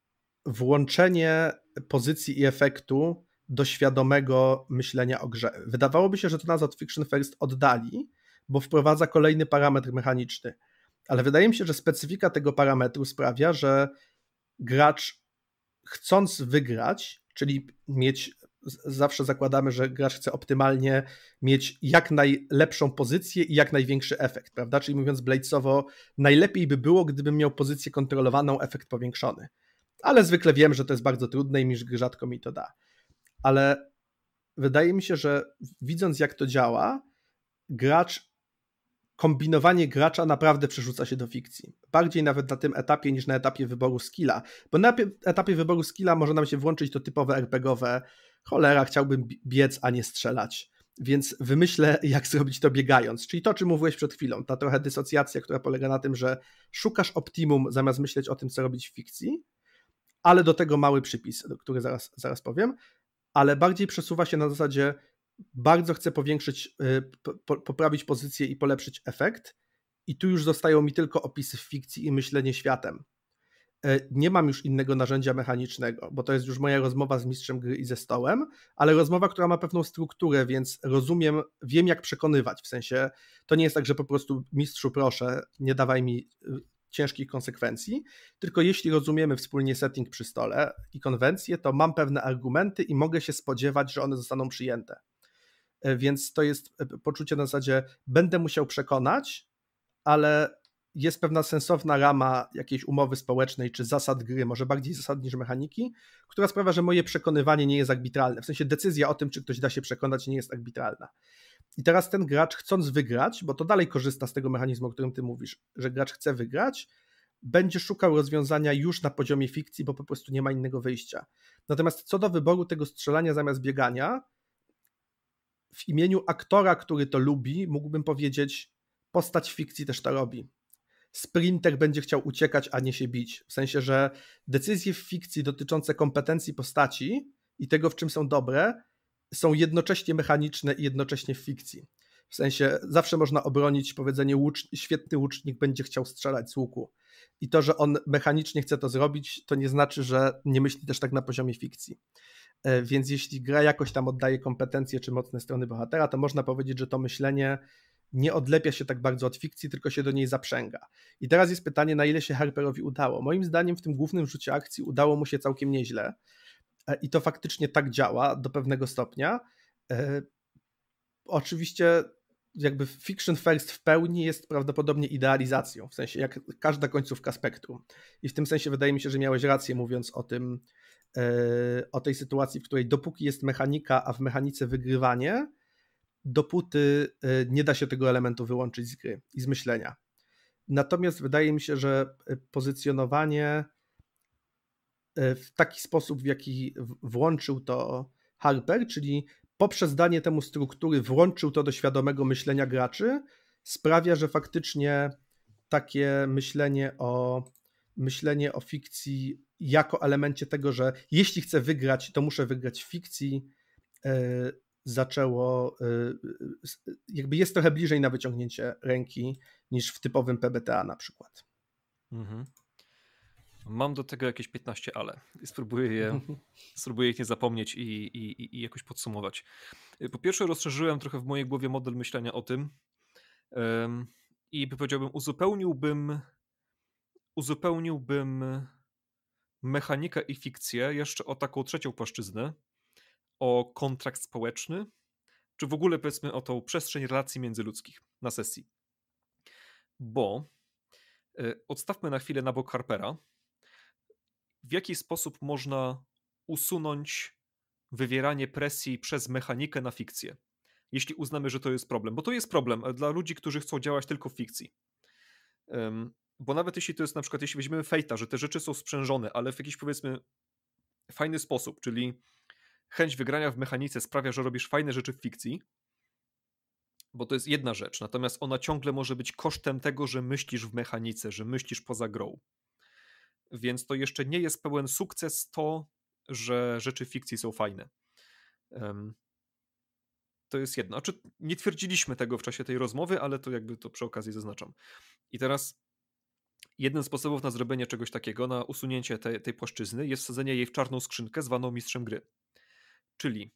włączenie pozycji i efektu do świadomego myślenia o grze. Wydawałoby się, że to nas od Fiction First oddali, bo wprowadza kolejny parametr mechaniczny, ale wydaje mi się, że specyfika tego parametru sprawia, że gracz chcąc wygrać, czyli zawsze zakładamy, że gracz chce optymalnie mieć jak najlepszą pozycję i jak największy efekt, prawda? Czyli mówiąc bladesowo, najlepiej by było, gdybym miał pozycję kontrolowaną, efekt powiększony. Ale zwykle wiem, że to jest bardzo trudne i rzadko mi to da. Ale wydaje mi się, że widząc jak to działa, kombinowanie gracza naprawdę przerzuca się do fikcji. Bardziej nawet na tym etapie niż na etapie wyboru skilla. Bo na etapie wyboru skilla może nam się włączyć to typowe RPGowe. Cholera, chciałbym biec, a nie strzelać. Więc wymyślę, jak zrobić to biegając. Czyli to, o czym mówiłeś przed chwilą. Ta trochę dysocjacja, która polega na tym, że szukasz optimum zamiast myśleć o tym, co robić w fikcji, ale do tego mały przypis, który zaraz powiem, ale bardziej przesuwa się na zasadzie bardzo chcę poprawić pozycję i polepszyć efekt i tu już zostają mi tylko opisy w fikcji i myślenie światem. Nie mam już innego narzędzia mechanicznego, bo to jest już moja rozmowa z mistrzem gry i ze stołem, ale rozmowa, która ma pewną strukturę, więc wiem jak przekonywać, w sensie to nie jest tak, że po prostu mistrzu proszę, nie dawaj mi ciężkich konsekwencji, tylko jeśli rozumiemy wspólnie setting przy stole i konwencje, to mam pewne argumenty i mogę się spodziewać, że one zostaną przyjęte. Więc to jest poczucie na zasadzie będę musiał przekonać, ale jest pewna sensowna rama jakiejś umowy społecznej czy zasad gry, może bardziej zasad niż mechaniki, która sprawia, że moje przekonywanie nie jest arbitralne. W sensie decyzja o tym, czy ktoś da się przekonać, nie jest arbitralna. I teraz ten gracz, chcąc wygrać, bo to dalej korzysta z tego mechanizmu, o którym ty mówisz, że gracz chce wygrać, będzie szukał rozwiązania już na poziomie fikcji, bo po prostu nie ma innego wyjścia. Natomiast co do wyboru tego strzelania zamiast biegania, w imieniu aktora, który to lubi, mógłbym powiedzieć, postać w fikcji też to robi. Sprinter będzie chciał uciekać, a nie się bić. W sensie, że decyzje w fikcji dotyczące kompetencji postaci i tego, w czym są dobre, są jednocześnie mechaniczne i jednocześnie w fikcji. W sensie zawsze można obronić powiedzenie świetny łucznik będzie chciał strzelać z łuku. I to, że on mechanicznie chce to zrobić, to nie znaczy, że nie myśli też tak na poziomie fikcji. Więc jeśli gra jakoś tam oddaje kompetencje czy mocne strony bohatera, to można powiedzieć, że to myślenie nie odlepia się tak bardzo od fikcji, tylko się do niej zaprzęga. I teraz jest pytanie, na ile się Harperowi udało. Moim zdaniem w tym głównym rzucie akcji udało mu się całkiem nieźle i to faktycznie tak działa do pewnego stopnia. Oczywiście jakby Fiction First w pełni jest prawdopodobnie idealizacją, w sensie jak każda końcówka spektrum. I w tym sensie wydaje mi się, że miałeś rację mówiąc o tej sytuacji, w której dopóki jest mechanika, a w mechanice wygrywanie, dopóty nie da się tego elementu wyłączyć z gry i z myślenia. Natomiast wydaje mi się, że pozycjonowanie w taki sposób, w jaki włączył to Harper, czyli poprzez danie temu struktury włączył to do świadomego myślenia graczy, sprawia, że faktycznie takie myślenie o fikcji jako elemencie tego, że jeśli chcę wygrać, to muszę wygrać w fikcji, zaczęło, jakby jest trochę bliżej na wyciągnięcie ręki niż w typowym PBTA na przykład. Mhm. Mam do tego jakieś 15 ale. Spróbuję ich nie zapomnieć i jakoś podsumować. Po pierwsze, rozszerzyłem trochę w mojej głowie model myślenia o tym i powiedziałbym, uzupełniłbym mechanikę i fikcję jeszcze o taką trzecią płaszczyznę, o kontrakt społeczny, czy w ogóle powiedzmy o tą przestrzeń relacji międzyludzkich na sesji. Bo odstawmy na chwilę na bok Harpera. W jaki sposób można usunąć wywieranie presji przez mechanikę na fikcję, jeśli uznamy, że to jest problem. Bo to jest problem dla ludzi, którzy chcą działać tylko w fikcji. Bo nawet jeśli to jest na przykład, jeśli weźmiemy Fate'a, że te rzeczy są sprzężone, ale w jakiś powiedzmy fajny sposób, czyli chęć wygrania w mechanice sprawia, że robisz fajne rzeczy w fikcji, bo to jest jedna rzecz, natomiast ona ciągle może być kosztem tego, że myślisz w mechanice, że myślisz poza grą. Więc to jeszcze nie jest pełen sukces to, że rzeczy w fikcji są fajne. To jest jedno. Znaczy, nie twierdziliśmy tego w czasie tej rozmowy, ale to jakby to przy okazji zaznaczam. I teraz jeden z sposobów na zrobienie czegoś takiego, na usunięcie tej płaszczyzny jest wsadzenie jej w czarną skrzynkę zwaną mistrzem gry. Czyli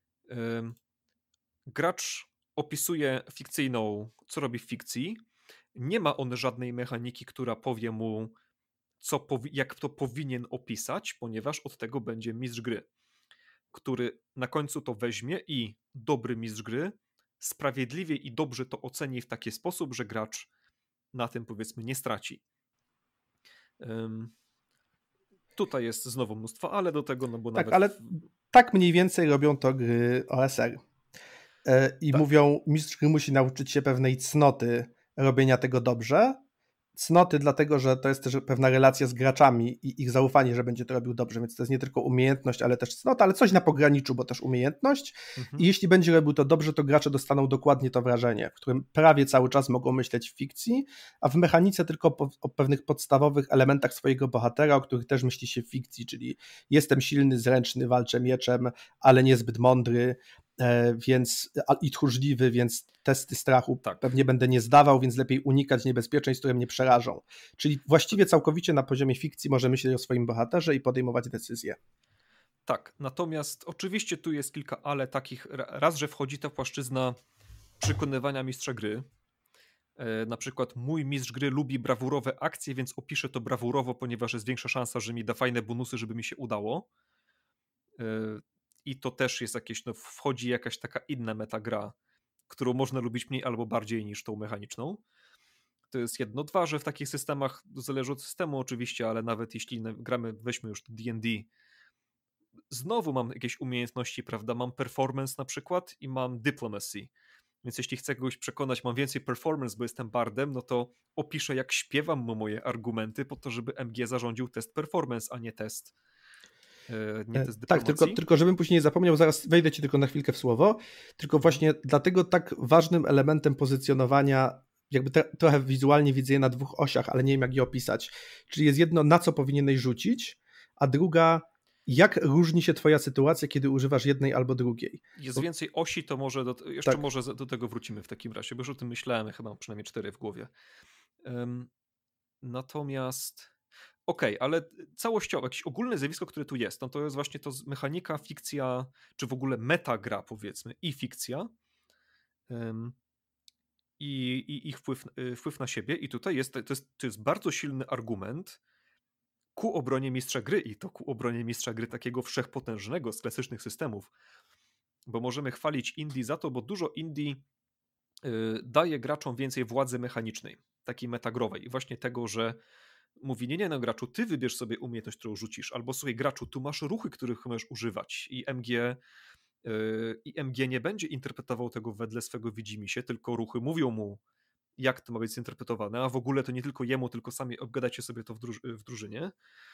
gracz opisuje fikcyjną, co robi w fikcji. Nie ma on żadnej mechaniki, która powie mu, jak to powinien opisać, ponieważ od tego będzie mistrz gry, który na końcu to weźmie i dobry mistrz gry sprawiedliwie i dobrze to oceni w taki sposób, że gracz na tym powiedzmy nie straci. Tutaj jest znowu mnóstwo, ale do tego, no bo tak, nawet... ale tak mniej więcej robią to gry OSR. I tak. Mówią, mistrz gry musi nauczyć się pewnej cnoty robienia tego dobrze. Cnoty dlatego, że to jest też pewna relacja z graczami i ich zaufanie, że będzie to robił dobrze, więc to jest nie tylko umiejętność, ale też cnota, ale coś na pograniczu, bo też umiejętność. I jeśli będzie robił to dobrze, to gracze dostaną dokładnie to wrażenie, w którym prawie cały czas mogą myśleć w fikcji, a w mechanice tylko o pewnych podstawowych elementach swojego bohatera, o których też myśli się w fikcji, czyli jestem silny, zręczny, walczę mieczem, ale niezbyt mądry, i tchórzliwy, więc testy strachu pewnie będę nie zdawał, więc lepiej unikać niebezpieczeństw, które mnie przerażą. Czyli właściwie całkowicie na poziomie fikcji może myśleć o swoim bohaterze i podejmować decyzje. Tak, natomiast oczywiście tu jest kilka ale takich, raz, że wchodzi ta płaszczyzna przekonywania mistrza gry. Na przykład mój mistrz gry lubi brawurowe akcje, więc opiszę to brawurowo, ponieważ jest większa szansa, że mi da fajne bonusy, żeby mi się udało. I to też jest jakieś, no wchodzi jakaś taka inna metagra, którą można lubić mniej albo bardziej niż tą mechaniczną. To jest jedno. Dwa, że w takich systemach, zależy od systemu oczywiście, ale nawet jeśli gramy, weźmy już D&D, znowu mam jakieś umiejętności, prawda? Mam performance na przykład i mam diplomacy. Więc jeśli chcę kogoś przekonać, mam więcej performance, bo jestem bardem, no to opiszę, jak śpiewam mu moje argumenty po to, żeby MG zarządził test performance, a nie test dyplomacji. Tak, tylko żebym później nie zapomniał, zaraz wejdę ci tylko na chwilkę w słowo, tylko właśnie dlatego tak ważnym elementem pozycjonowania, jakby trochę wizualnie widzę je na dwóch osiach, ale nie wiem jak je opisać, czyli jest jedno, na co powinieneś rzucić, a druga, jak różni się twoja sytuacja, kiedy używasz jednej albo drugiej. Jest więcej osi, to może może do tego wrócimy w takim razie, bo już o tym myślałem, chyba mam przynajmniej 4 w głowie. Natomiast ale całościowo, jakieś ogólne zjawisko, które tu jest, no to jest właśnie to mechanika, fikcja, czy w ogóle metagra powiedzmy i fikcja i ich wpływ na siebie i tutaj to jest bardzo silny argument ku obronie mistrza gry i to ku obronie mistrza gry takiego wszechpotężnego z klasycznych systemów, bo możemy chwalić indie za to, bo dużo indie daje graczom więcej władzy mechanicznej, takiej metagrowej i właśnie tego, że mówi, nie, no graczu, ty wybierz sobie umiejętność, którą rzucisz, albo słuchaj graczu, tu masz ruchy, których możesz używać i MG i MG nie będzie interpretował tego wedle swego widzimisię, tylko ruchy mówią mu, jak to ma być zinterpretowane, a w ogóle to nie tylko jemu, tylko sami obgadacie sobie to w drużynie.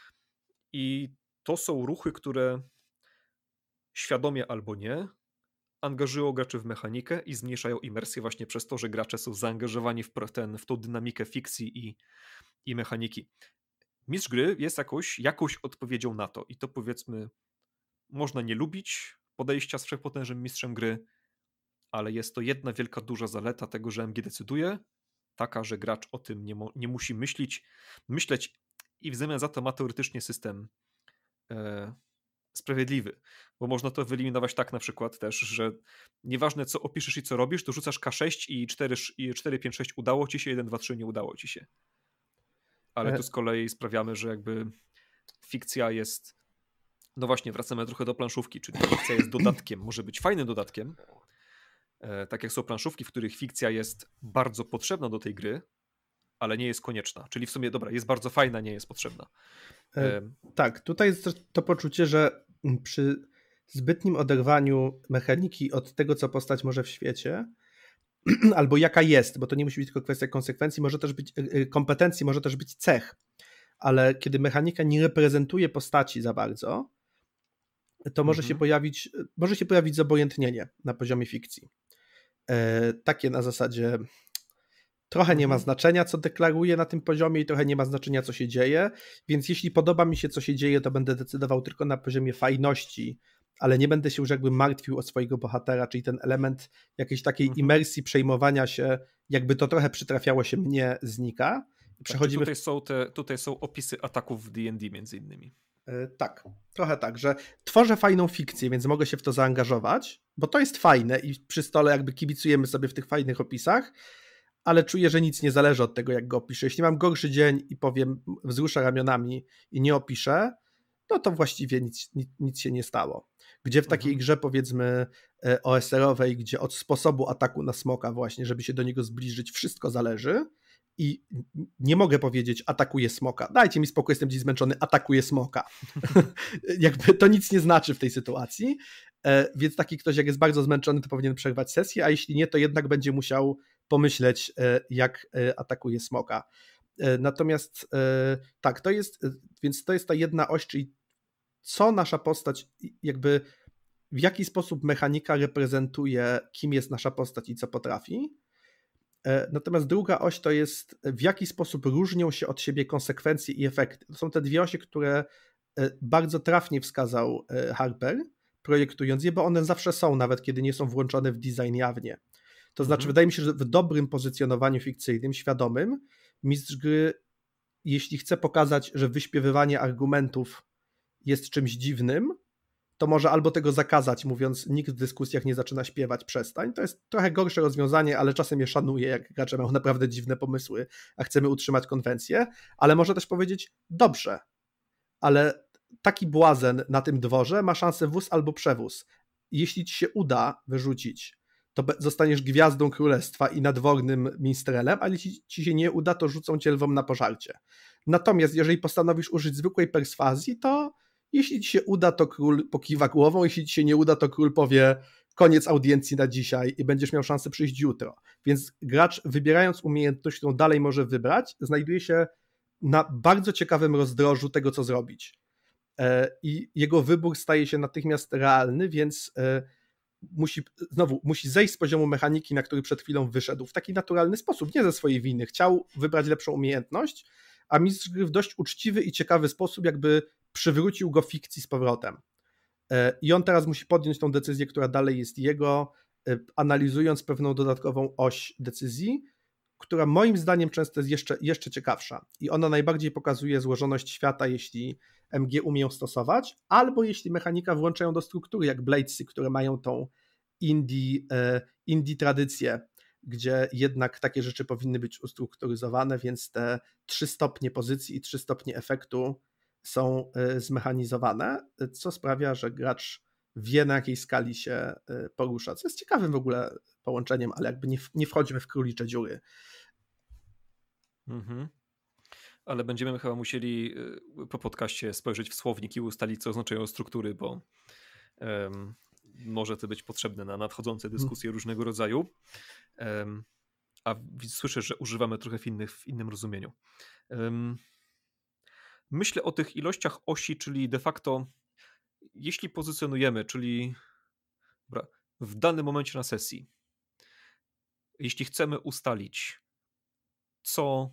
I to są ruchy, które świadomie albo nie angażują graczy w mechanikę i zmniejszają imersję właśnie przez to, że gracze są zaangażowani w tą dynamikę fikcji i mechaniki. Mistrz gry jest jakąś odpowiedzią na to i to powiedzmy można nie lubić podejścia z wszechpotężnym mistrzem gry, ale jest to jedna wielka, duża zaleta tego, że MG decyduje, taka, że gracz o tym nie musi myśleć i w zamian za to ma teoretycznie system sprawiedliwy, bo można to wyeliminować tak na przykład też, że nieważne co opiszesz i co robisz, to rzucasz K6 i 4, 5, 6 udało ci się, 1, 2, 3 nie udało ci się. Ale tu z kolei sprawiamy, że jakby fikcja jest, no właśnie, wracamy trochę do planszówki, czyli fikcja jest dodatkiem, może być fajnym dodatkiem, tak jak są planszówki, w których fikcja jest bardzo potrzebna do tej gry, ale nie jest konieczna. Czyli w sumie, dobra, jest bardzo fajna, nie jest potrzebna. Tak, tutaj jest to poczucie, że przy zbytnim oderwaniu mechaniki od tego, co postać może w świecie, albo jaka jest, bo to nie musi być tylko kwestia konsekwencji, może też być kompetencji, może też być cech, ale kiedy mechanika nie reprezentuje postaci za bardzo, to może się pojawić zobojętnienie na poziomie fikcji. Takie na zasadzie trochę nie ma znaczenia, co deklaruję na tym poziomie i trochę nie ma znaczenia, co się dzieje, więc jeśli podoba mi się, co się dzieje, to będę decydował tylko na poziomie fajności, ale nie będę się już jakby martwił o swojego bohatera, czyli ten element jakiejś takiej imersji, przejmowania się, jakby to trochę przytrafiało się mnie, znika. Przechodzimy... Tutaj są opisy ataków w D&D między innymi. Tak, trochę tak, że tworzę fajną fikcję, więc mogę się w to zaangażować, bo to jest fajne i przy stole jakby kibicujemy sobie w tych fajnych opisach, ale czuję, że nic nie zależy od tego, jak go opiszę. Jeśli mam gorszy dzień i powiem, wzruszę ramionami i nie opiszę, no to właściwie nic się nie stało. Gdzie w takiej grze, powiedzmy, OSR-owej, gdzie od sposobu ataku na smoka właśnie, żeby się do niego zbliżyć, wszystko zależy i nie mogę powiedzieć atakuję smoka, dajcie mi spokój, jestem dziś zmęczony, atakuję smoka. Jakby to nic nie znaczy w tej sytuacji, więc taki ktoś, jak jest bardzo zmęczony, to powinien przerwać sesję, a jeśli nie, to jednak będzie musiał pomyśleć, jak atakuje smoka. Natomiast tak, więc to jest ta jedna oś, czyli co nasza postać, jakby w jaki sposób mechanika reprezentuje, kim jest nasza postać i co potrafi. Natomiast druga oś to jest, w jaki sposób różnią się od siebie konsekwencje i efekty. To są te dwie osie, które bardzo trafnie wskazał Harper, projektując je, bo one zawsze są, nawet kiedy nie są włączone w design jawnie. To znaczy, wydaje mi się, że w dobrym pozycjonowaniu fikcyjnym, świadomym, mistrz gry, jeśli chce pokazać, że wyśpiewywanie argumentów jest czymś dziwnym, to może albo tego zakazać, mówiąc, nikt w dyskusjach nie zaczyna śpiewać, przestań. To jest trochę gorsze rozwiązanie, ale czasem je szanuję, jak gracze mają naprawdę dziwne pomysły, a chcemy utrzymać konwencję, ale może też powiedzieć, dobrze, ale taki błazen na tym dworze ma szansę wóz albo przewóz. Jeśli ci się uda wyrzucić, to zostaniesz gwiazdą królestwa i nadwornym minstrelem, ale jeśli ci się nie uda, to rzucą cię lwom na pożarcie. Natomiast jeżeli postanowisz użyć zwykłej perswazji, to jeśli ci się uda, to król pokiwa głową, jeśli ci się nie uda, to król powie koniec audiencji na dzisiaj i będziesz miał szansę przyjść jutro. Więc gracz, wybierając umiejętność, którą dalej może wybrać, znajduje się na bardzo ciekawym rozdrożu tego, co zrobić. I jego wybór staje się natychmiast realny, więc musi zejść z poziomu mechaniki, na który przed chwilą wyszedł w taki naturalny sposób, nie ze swojej winy. Chciał wybrać lepszą umiejętność, a mistrz gry w dość uczciwy i ciekawy sposób jakby przywrócił go fikcji z powrotem. I on teraz musi podjąć tą decyzję, która dalej jest jego, analizując pewną dodatkową oś decyzji, która moim zdaniem często jest jeszcze ciekawsza. I ona najbardziej pokazuje złożoność świata, jeśli MG umieją stosować, albo jeśli mechanika włącza ją do struktury, jak Bladesy, które mają tą indie tradycję, gdzie jednak takie rzeczy powinny być ustrukturyzowane, więc te 3 stopnie pozycji i 3 stopnie efektu są zmechanizowane, co sprawia, że gracz wie, na jakiej skali się porusza, co jest ciekawym w ogóle połączeniem, ale jakby nie wchodźmy w królicze dziury. Ale będziemy chyba musieli po podcaście spojrzeć w słownik i ustalić, co oznaczają struktury, bo może to być potrzebne na nadchodzące dyskusje różnego rodzaju. A słyszę, że używamy trochę w innym rozumieniu. Myślę o tych ilościach osi, czyli de facto jeśli pozycjonujemy, czyli w danym momencie na sesji, jeśli chcemy ustalić, co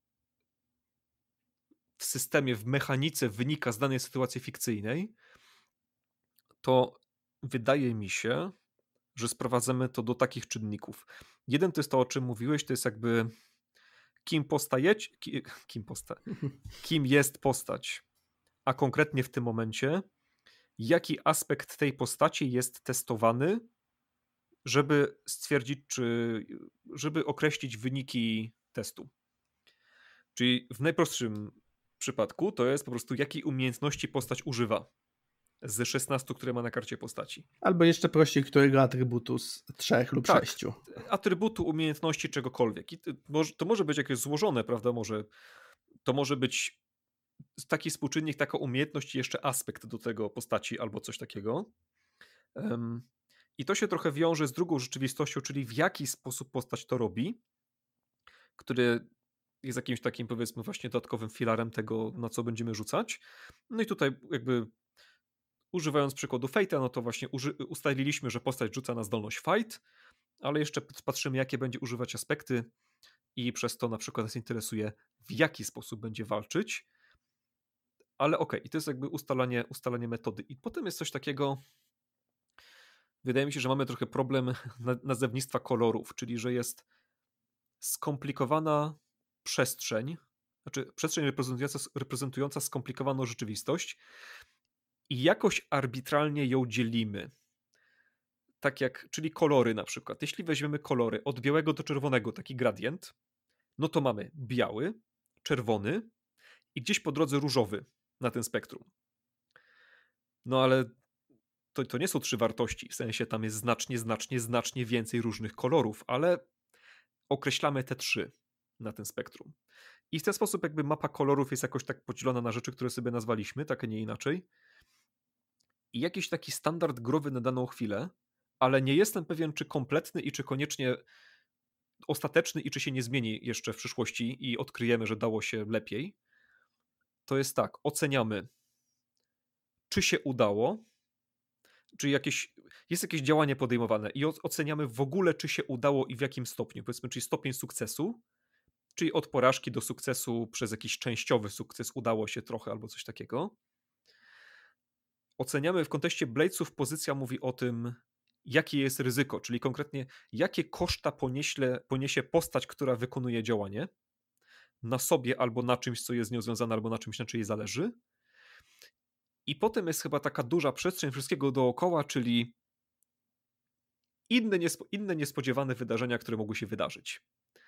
w systemie, w mechanice wynika z danej sytuacji fikcyjnej, to wydaje mi się, że sprowadzamy to do takich czynników. Jeden to jest to, o czym mówiłeś, to jest jakby kim jest postać, a konkretnie w tym momencie jaki aspekt tej postaci jest testowany, żeby stwierdzić, żeby określić wyniki testu. Czyli w najprostszym przypadku to jest po prostu jakiej umiejętności postać używa z 16, które ma na karcie postaci. Albo jeszcze prościej, którego atrybutu z 3 lub 6. Atrybutu, umiejętności, czegokolwiek. I to może być jakieś złożone, prawda? To może być taki współczynnik, taka umiejętność i jeszcze aspekt do tego postaci albo coś takiego. I to się trochę wiąże z drugą rzeczywistością, czyli w jaki sposób postać to robi, który jest jakimś takim, powiedzmy, właśnie dodatkowym filarem tego, na co będziemy rzucać. No i tutaj jakby używając przykładu Fate'a, no to właśnie ustaliliśmy, że postać rzuca na zdolność Fight, ale jeszcze patrzymy, jakie będzie używać aspekty i przez to na przykład nas interesuje, w jaki sposób będzie walczyć. Ale okej, i to jest jakby ustalanie metody. I potem jest coś takiego, wydaje mi się, że mamy trochę problem nazewnictwa kolorów, czyli że jest skomplikowana przestrzeń, znaczy przestrzeń reprezentująca skomplikowaną rzeczywistość i jakoś arbitralnie ją dzielimy. Tak jak, czyli kolory na przykład. Jeśli weźmiemy kolory od białego do czerwonego, taki gradient, no to mamy biały, czerwony i gdzieś po drodze różowy na tym spektrum. No ale to nie są 3 wartości, w sensie tam jest znacznie więcej różnych kolorów, ale określamy te 3 na tym spektrum. I w ten sposób jakby mapa kolorów jest jakoś tak podzielona na rzeczy, które sobie nazwaliśmy, tak a nie inaczej. I jakiś taki standard growy na daną chwilę, ale nie jestem pewien, czy kompletny i czy koniecznie ostateczny i czy się nie zmieni jeszcze w przyszłości i odkryjemy, że dało się lepiej. To jest tak, oceniamy, czy się udało, czy jest jakieś działanie podejmowane i oceniamy w ogóle, czy się udało i w jakim stopniu. Powiedzmy, czyli stopień sukcesu, czyli od porażki do sukcesu przez jakiś częściowy sukces udało się trochę albo coś takiego. Oceniamy w kontekście Bladesów, pozycja mówi o tym, jakie jest ryzyko, czyli konkretnie jakie koszta poniesie postać, która wykonuje działanie na sobie albo na czymś, co jest z nią związane, albo na czymś, na czym jej zależy. I potem jest chyba taka duża przestrzeń wszystkiego dookoła, czyli inne niespodziewane wydarzenia, które mogły się wydarzyć.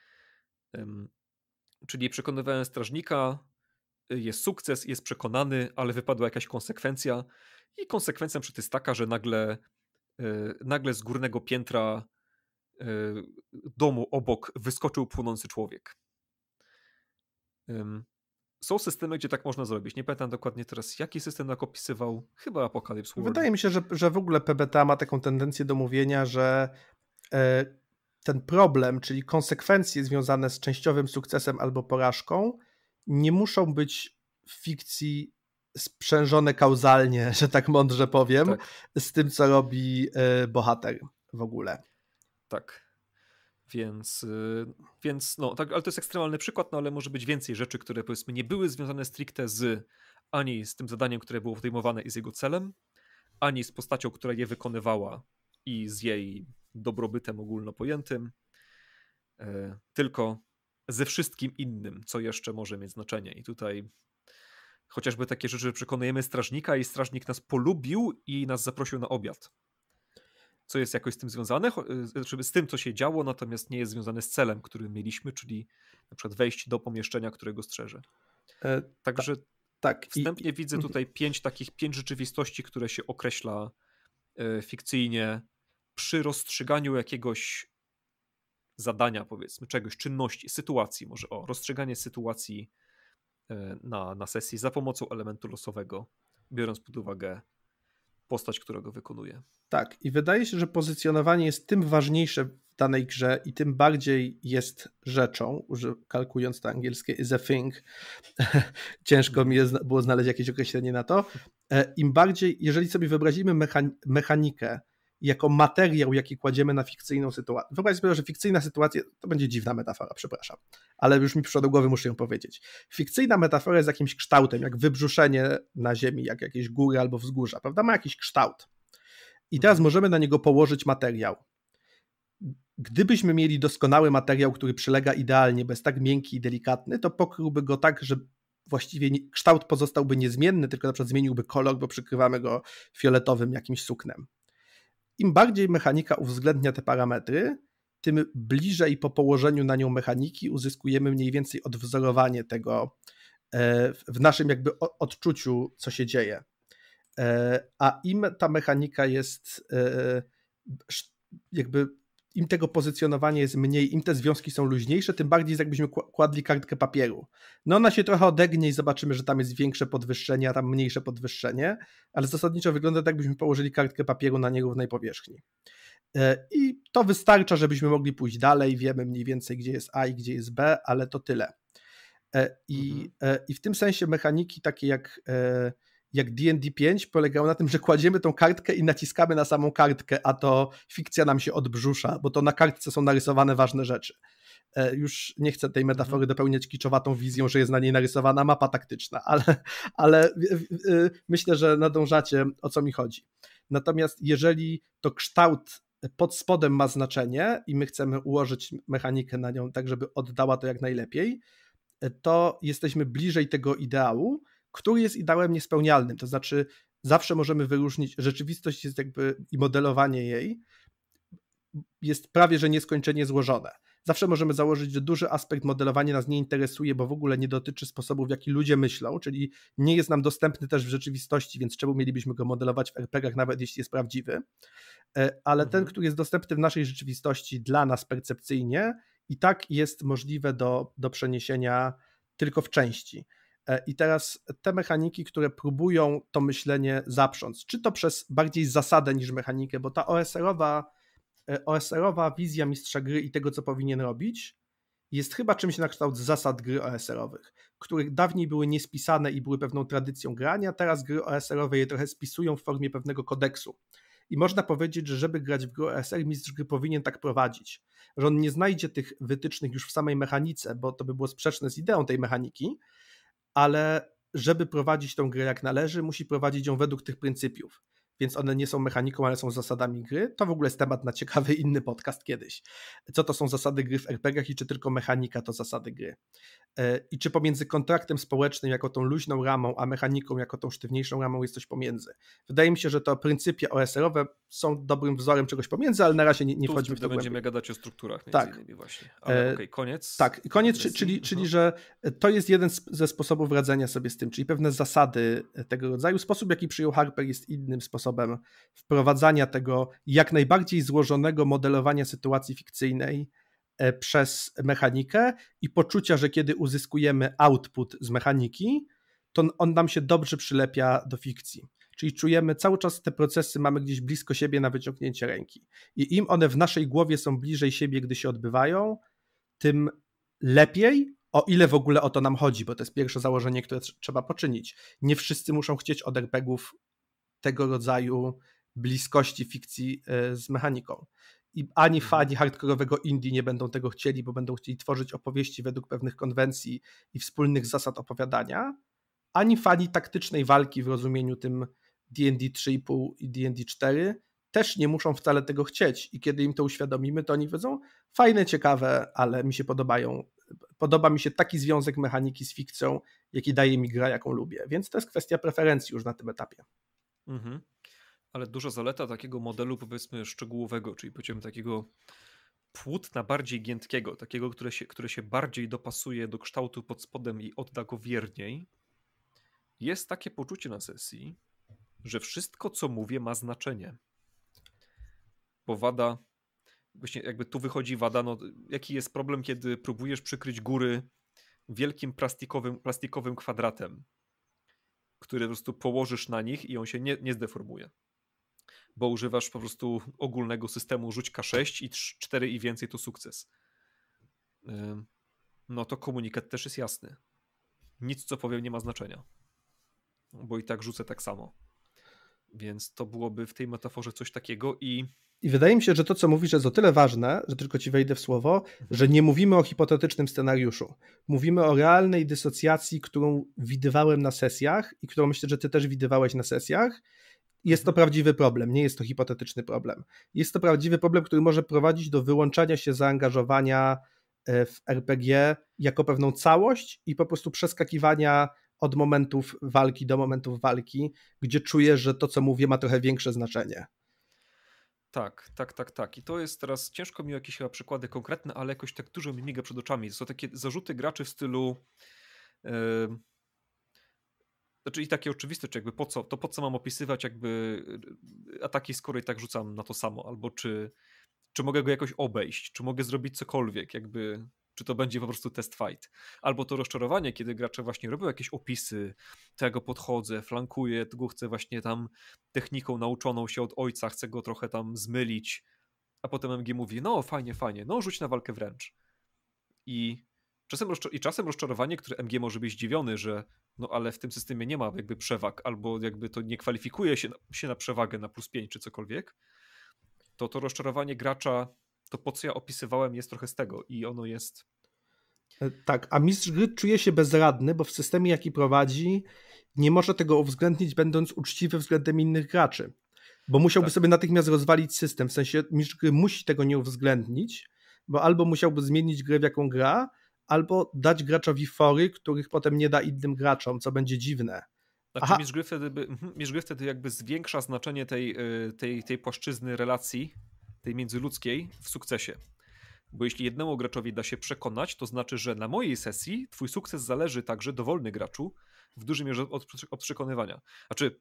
Czyli przekonywałem strażnika, jest sukces, jest przekonany, ale wypadła jakaś konsekwencja i konsekwencja jest taka, że nagle z górnego piętra domu obok wyskoczył płonący człowiek. Są systemy, gdzie tak można zrobić. Nie pamiętam dokładnie teraz, jaki system tak opisywał. Chyba Apocalypse World. Wydaje mi się, że w ogóle PBTA ma taką tendencję do mówienia, że ten problem, czyli konsekwencje związane z częściowym sukcesem albo porażką, nie muszą być w fikcji sprzężone kauzalnie, że tak mądrze powiem, tak, z tym, co robi bohater w ogóle. Tak. Więc no, tak, ale to jest ekstremalny przykład, no ale może być więcej rzeczy, które powiedzmy nie były związane stricte ani z tym zadaniem, które było podejmowane i z jego celem, ani z postacią, która je wykonywała i z jej dobrobytem ogólnopojętym, tylko ze wszystkim innym, co jeszcze może mieć znaczenie. I tutaj chociażby takie rzeczy, że przekonujemy strażnika i strażnik nas polubił i nas zaprosił na obiad. Co jest jakoś z tym związane, z tym, co się działo, natomiast nie jest związane z celem, który mieliśmy, czyli na przykład wejść do pomieszczenia, którego strzeże. Także tak. Wstępnie widzę tutaj 5 rzeczywistości, które się określa fikcyjnie przy rozstrzyganiu jakiegoś zadania, powiedzmy, czegoś, czynności, sytuacji, może rozstrzyganie sytuacji na sesji za pomocą elementu losowego, biorąc pod uwagę postać, która go wykonuje. Tak, i wydaje się, że pozycjonowanie jest tym ważniejsze w danej grze i tym bardziej jest rzeczą, kalkując to angielskie is a thing, ciężko mi było znaleźć jakieś określenie na to, im bardziej, jeżeli sobie wyobrazimy mechanikę jako materiał, jaki kładziemy na fikcyjną sytuację. Wyobraź sobie, że fikcyjna sytuacja, to będzie dziwna metafora, przepraszam, ale już mi przyszło do głowy, muszę ją powiedzieć. Fikcyjna metafora jest jakimś kształtem, jak wybrzuszenie na ziemi, jak jakieś góry albo wzgórza, prawda? Ma jakiś kształt. I teraz możemy na niego położyć materiał. Gdybyśmy mieli doskonały materiał, który przylega idealnie, bo jest tak miękki i delikatny, to pokryłby go tak, że właściwie kształt pozostałby niezmienny, tylko na przykład zmieniłby kolor, bo przykrywamy go fioletowym jakimś suknem. Im bardziej mechanika uwzględnia te parametry, tym bliżej po położeniu na nią mechaniki uzyskujemy mniej więcej odwzorowanie tego w naszym jakby odczuciu, co się dzieje. A im ta mechanika jest jakby im tego pozycjonowania jest mniej, im te związki są luźniejsze, tym bardziej jest jakbyśmy kładli kartkę papieru. No ona się trochę odegnie i zobaczymy, że tam jest większe podwyższenie, a tam mniejsze podwyższenie, ale zasadniczo wygląda tak, jakbyśmy położyli kartkę papieru na nierównej powierzchni. I to wystarcza, żebyśmy mogli pójść dalej, wiemy mniej więcej, gdzie jest A i gdzie jest B, ale to tyle. I w tym sensie mechaniki takie jak D&D 5 polegało na tym, że kładziemy tą kartkę i naciskamy na samą kartkę, a to fikcja nam się odbrzusza, bo to na kartce są narysowane ważne rzeczy. Już nie chcę tej metafory dopełniać kiczowatą wizją, że jest na niej narysowana mapa taktyczna, ale myślę, że nadążacie, o co mi chodzi. Natomiast jeżeli to kształt pod spodem ma znaczenie i my chcemy ułożyć mechanikę na nią tak, żeby oddała to jak najlepiej, to jesteśmy bliżej tego ideału, który jest ideałem niespełnialnym, to znaczy zawsze możemy wyróżnić, rzeczywistość jest jakby i modelowanie jej jest prawie, że nieskończenie złożone. Zawsze możemy założyć, że duży aspekt modelowania nas nie interesuje, bo w ogóle nie dotyczy sposobu, w jaki ludzie myślą, czyli nie jest nam dostępny też w rzeczywistości, więc czemu mielibyśmy go modelować w RPG-ach, nawet jeśli jest prawdziwy. Ale ten, który jest dostępny w naszej rzeczywistości dla nas percepcyjnie, i tak jest możliwe do przeniesienia tylko w części. I teraz te mechaniki, które próbują to myślenie zaprząc, czy to przez bardziej zasadę niż mechanikę, bo ta OSR-owa wizja mistrza gry i tego, co powinien robić, jest chyba czymś na kształt zasad gry OSR-owych, których dawniej były niespisane i były pewną tradycją grania, teraz gry OSR-owe je trochę spisują w formie pewnego kodeksu. I można powiedzieć, że żeby grać w gry OSR, mistrz gry powinien tak prowadzić, że on nie znajdzie tych wytycznych już w samej mechanice, bo to by było sprzeczne z ideą tej mechaniki, ale żeby prowadzić tą grę jak należy, musi prowadzić ją według tych pryncypiów. Więc one nie są mechaniką, ale są zasadami gry. To w ogóle jest temat na ciekawy inny podcast kiedyś. Co to są zasady gry w RPG-ach i czy tylko mechanika to zasady gry. I czy pomiędzy kontraktem społecznym jako tą luźną ramą, a mechaniką jako tą sztywniejszą ramą jest coś pomiędzy. Wydaje mi się, że to pryncypia OSR-owe są dobrym wzorem czegoś pomiędzy, ale na razie nie wchodzimy w to głębiej. Będziemy gadać o strukturach między innymi właśnie. Ale koniec. Tak, koniec, czyli że to jest jeden ze sposobów radzenia sobie z tym, czyli pewne zasady tego rodzaju. Sposób, jaki przyjął Harper, jest innym sposobem wprowadzania tego jak najbardziej złożonego modelowania sytuacji fikcyjnej przez mechanikę i poczucia, że kiedy uzyskujemy output z mechaniki, to on nam się dobrze przylepia do fikcji. Czyli czujemy cały czas te procesy, mamy gdzieś blisko siebie na wyciągnięcie ręki. I im one w naszej głowie są bliżej siebie, gdy się odbywają, tym lepiej, o ile w ogóle o to nam chodzi, bo to jest pierwsze założenie, które trzeba poczynić. Nie wszyscy muszą chcieć od RPG-ów tego rodzaju bliskości fikcji z mechaniką. I ani fani hardkorowego indie nie będą tego chcieli, bo będą chcieli tworzyć opowieści według pewnych konwencji i wspólnych zasad opowiadania, ani fani taktycznej walki w rozumieniu tym D&D 3,5 i D&D 4 też nie muszą wcale tego chcieć i kiedy im to uświadomimy, to oni wiedzą, fajne, ciekawe, ale mi się podobają. Podoba mi się taki związek mechaniki z fikcją, jaki daje mi gra, jaką lubię, więc to jest kwestia preferencji już na tym etapie. Ale duża zaleta takiego modelu, powiedzmy, szczegółowego, czyli powiedzmy takiego płótna bardziej giętkiego, takiego, które się bardziej dopasuje do kształtu pod spodem i odda go wierniej, jest takie poczucie na sesji, że wszystko, co mówię, ma znaczenie. Bo wada, właśnie jakby tu wychodzi wada, no jaki jest problem, kiedy próbujesz przykryć góry wielkim plastikowym kwadratem, który po prostu położysz na nich i on się nie zdeformuje. bo używasz po prostu ogólnego systemu rzuć K6 i 4 i więcej to sukces. No to komunikat też jest jasny. Nic, co powiem, nie ma znaczenia, bo i tak rzucę tak samo. Więc to byłoby w tej metaforze coś takiego i wydaje mi się, że to, co mówisz, jest o tyle ważne, że tylko ci wejdę w słowo, że nie mówimy o hipotetycznym scenariuszu. Mówimy o realnej dysocjacji, którą widywałem na sesjach i którą myślę, że ty też widywałeś na sesjach. Jest to prawdziwy problem, nie jest to hipotetyczny problem. Jest to prawdziwy problem, który może prowadzić do wyłączania się zaangażowania w RPG jako pewną całość i po prostu przeskakiwania od momentów walki do momentów walki, gdzie czuję, że to, co mówię, ma trochę większe znaczenie. Tak. I to jest teraz, ciężko mi o jakieś chyba przykłady konkretne, ale jakoś tak dużo mi miga przed oczami. Są takie zarzuty graczy w stylu znaczy i takie oczywiste, czy jakby po co mam opisywać jakby ataki, skoro i tak rzucam na to samo, albo czy mogę go jakoś obejść, czy mogę zrobić cokolwiek, jakby czy to będzie po prostu test fight. Albo to rozczarowanie, kiedy gracze właśnie robią jakieś opisy, to ja go podchodzę, flankuję, go chcę właśnie tam techniką nauczoną się od ojca, chcę go trochę tam zmylić, a potem MG mówi, no fajnie, no rzuć na walkę wręcz. I czasem rozczarowanie, które MG może być zdziwiony, że no ale w tym systemie nie ma jakby przewag, albo jakby to nie kwalifikuje się na przewagę na +5 czy cokolwiek, to rozczarowanie gracza, to po co ja opisywałem, jest trochę z tego i ono jest... Tak, a mistrz gry czuje się bezradny, bo w systemie, jaki prowadzi, nie może tego uwzględnić, będąc uczciwy względem innych graczy, bo musiałby sobie natychmiast rozwalić system, w sensie mistrz gry musi tego nie uwzględnić, bo albo musiałby zmienić grę, w jaką gra, albo dać graczowi fory, których potem nie da innym graczom, co będzie dziwne. Znaczy mistrz gry wtedy jakby zwiększa znaczenie tej płaszczyzny relacji, tej międzyludzkiej w sukcesie. Bo jeśli jednemu graczowi da się przekonać, to znaczy, że na mojej sesji twój sukces zależy także, dowolny graczu, w dużej mierze od przekonywania. Znaczy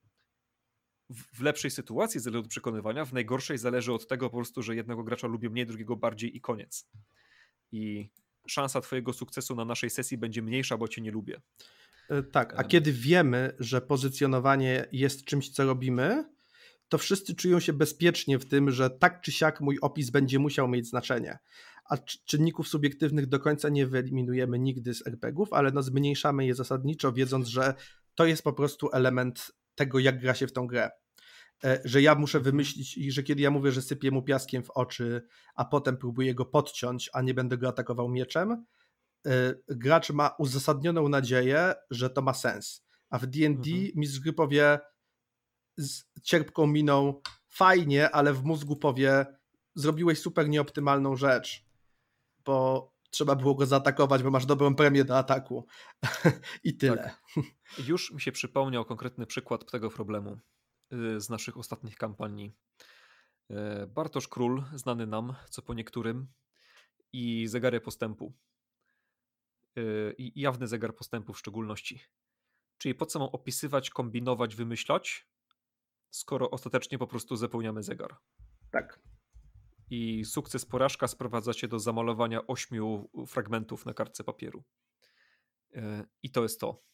w lepszej sytuacji zależy od przekonywania, w najgorszej zależy od tego po prostu, że jednego gracza lubię mniej, drugiego bardziej i koniec. I szansa twojego sukcesu na naszej sesji będzie mniejsza, bo cię nie lubię. Tak, a kiedy wiemy, że pozycjonowanie jest czymś, co robimy, to wszyscy czują się bezpiecznie w tym, że tak czy siak mój opis będzie musiał mieć znaczenie. A czynników subiektywnych do końca nie wyeliminujemy nigdy z RPG-ów, ale no zmniejszamy je zasadniczo, wiedząc, że to jest po prostu element tego, jak gra się w tą grę. Że ja muszę wymyślić i że kiedy ja mówię, że sypię mu piaskiem w oczy, a potem próbuję go podciąć, a nie będę go atakował mieczem, gracz ma uzasadnioną nadzieję, że to ma sens. A w D&D mistrz gry powie z cierpką miną fajnie, ale w mózgu powie zrobiłeś super nieoptymalną rzecz, bo trzeba było go zaatakować, bo masz dobrą premię do ataku. I tyle. Tak. Już mi się przypomniał konkretny przykład tego problemu z naszych ostatnich kampanii. Bartosz Król, znany nam, co po niektórym, i zegary postępu. I jawny zegar postępu w szczególności. Czyli po co mam opisywać, kombinować, wymyślać, skoro ostatecznie po prostu zapełniamy zegar. Tak. I sukces, porażka sprowadza się do zamalowania 8 fragmentów na kartce papieru. I to jest to.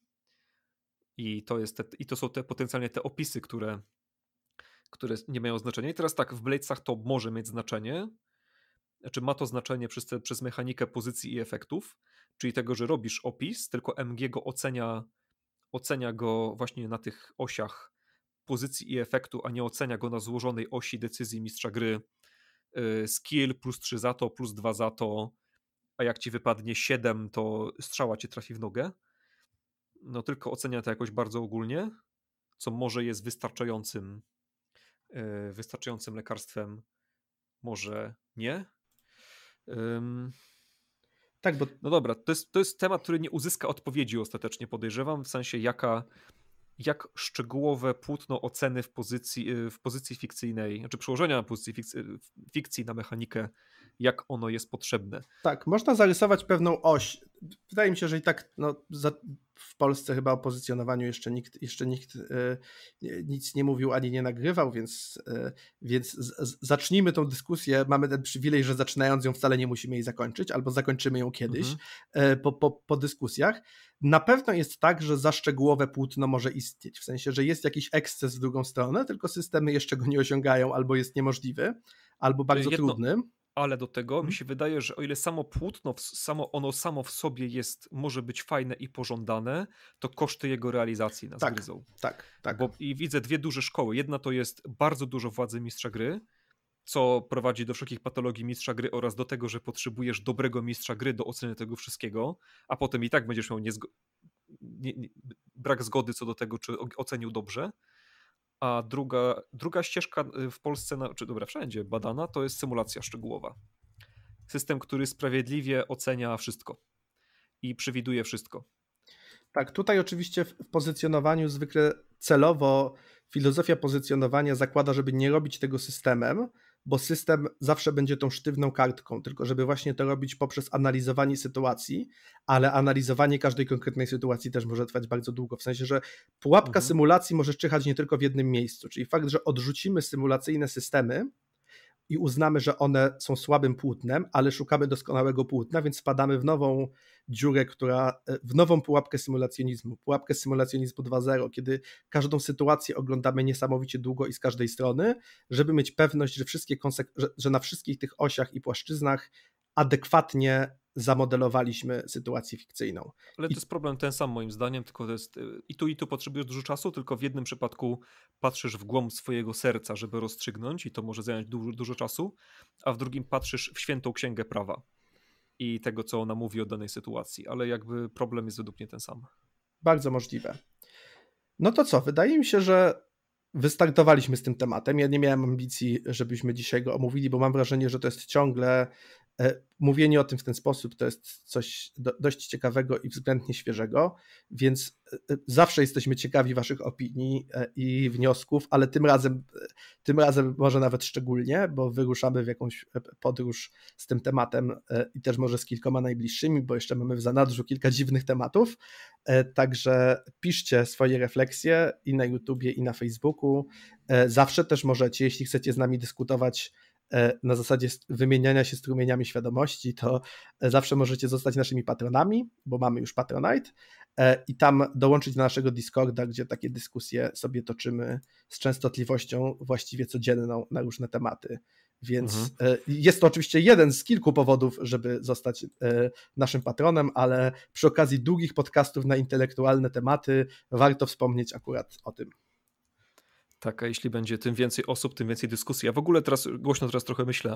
I to są potencjalnie te opisy, które nie mają znaczenia. I teraz tak, w Bladesach to może mieć znaczenie. Znaczy ma to znaczenie przez mechanikę pozycji i efektów, czyli tego, że robisz opis, tylko MG go ocenia go właśnie na tych osiach pozycji i efektu, a nie ocenia go na złożonej osi decyzji mistrza gry. Skill +3 za to, +2 za to, a jak ci wypadnie 7, to strzała cię trafi w nogę. No tylko ocenia to jakoś bardzo ogólnie, co może jest wystarczającym lekarstwem, może nie. Tak, bo... No dobra, to jest temat, który nie uzyska odpowiedzi ostatecznie, podejrzewam, w sensie jak szczegółowe płótno oceny w pozycji fikcyjnej, znaczy przełożenia na pozycji fikcji na mechanikę, jak ono jest potrzebne. Tak, można zarysować pewną oś wydaje mi się, że i tak w Polsce chyba o pozycjonowaniu jeszcze nikt nic nie mówił ani nie nagrywał, więc zacznijmy tą dyskusję. Mamy ten przywilej, że zaczynając ją wcale nie musimy jej zakończyć, albo zakończymy ją kiedyś po dyskusjach. Na pewno jest tak, że za szczegółowe płótno może istnieć, w sensie, że jest jakiś eksces w drugą stronę, tylko systemy jeszcze go nie osiągają, albo jest niemożliwy, albo bardzo trudny. Ale do tego mi się wydaje, że o ile samo płótno, ono samo w sobie może być fajne i pożądane, to koszty jego realizacji nas gryzą. Tak. I widzę dwie duże szkoły. Jedna to jest bardzo dużo władzy mistrza gry, co prowadzi do wszelkich patologii mistrza gry oraz do tego, że potrzebujesz dobrego mistrza gry do oceny tego wszystkiego, a potem i tak będziesz miał brak zgody co do tego, czy ocenił dobrze. A druga ścieżka w Polsce, wszędzie badana, to jest symulacja szczegółowa. System, który sprawiedliwie ocenia wszystko i przewiduje wszystko. Tak, tutaj oczywiście w pozycjonowaniu zwykle celowo filozofia pozycjonowania zakłada, żeby nie robić tego systemem, bo system zawsze będzie tą sztywną kartką, tylko żeby właśnie to robić poprzez analizowanie sytuacji, ale analizowanie każdej konkretnej sytuacji też może trwać bardzo długo, w sensie, że pułapka symulacji może czyhać nie tylko w jednym miejscu, czyli fakt, że odrzucimy symulacyjne systemy i uznamy, że one są słabym płótnem, ale szukamy doskonałego płótna, więc wpadamy w nową dziurę, w nową pułapkę symulacjonizmu 2.0, kiedy każdą sytuację oglądamy niesamowicie długo i z każdej strony, żeby mieć pewność, że na wszystkich tych osiach i płaszczyznach adekwatnie zamodelowaliśmy sytuację fikcyjną. Ale to jest problem ten sam moim zdaniem, tylko to jest i tu potrzebujesz dużo czasu, tylko w jednym przypadku patrzysz w głąb swojego serca, żeby rozstrzygnąć i to może zająć dużo czasu, a w drugim patrzysz w świętą księgę prawa i tego, co ona mówi o danej sytuacji, ale jakby problem jest według mnie ten sam. Bardzo możliwe. No to co, wydaje mi się, że wystartowaliśmy z tym tematem. Ja nie miałem ambicji, żebyśmy dzisiaj go omówili, bo mam wrażenie, że to jest ciągle mówienie o tym w ten sposób, to jest coś dość ciekawego i względnie świeżego, więc zawsze jesteśmy ciekawi waszych opinii i wniosków, ale tym razem może nawet szczególnie, bo wyruszamy w jakąś podróż z tym tematem i też może z kilkoma najbliższymi, bo jeszcze mamy w zanadrzu kilka dziwnych tematów, także piszcie swoje refleksje i na YouTubie, i na Facebooku. Zawsze też możecie, jeśli chcecie z nami dyskutować na zasadzie wymieniania się strumieniami świadomości, to zawsze możecie zostać naszymi patronami, bo mamy już Patronite i tam dołączyć do naszego Discorda, gdzie takie dyskusje sobie toczymy z częstotliwością właściwie codzienną na różne tematy. Więc jest to oczywiście jeden z kilku powodów, żeby zostać naszym patronem, ale przy okazji długich podcastów na intelektualne tematy warto wspomnieć akurat o tym. Tak, a jeśli będzie tym więcej osób, tym więcej dyskusji. Ja w ogóle głośno trochę myślę,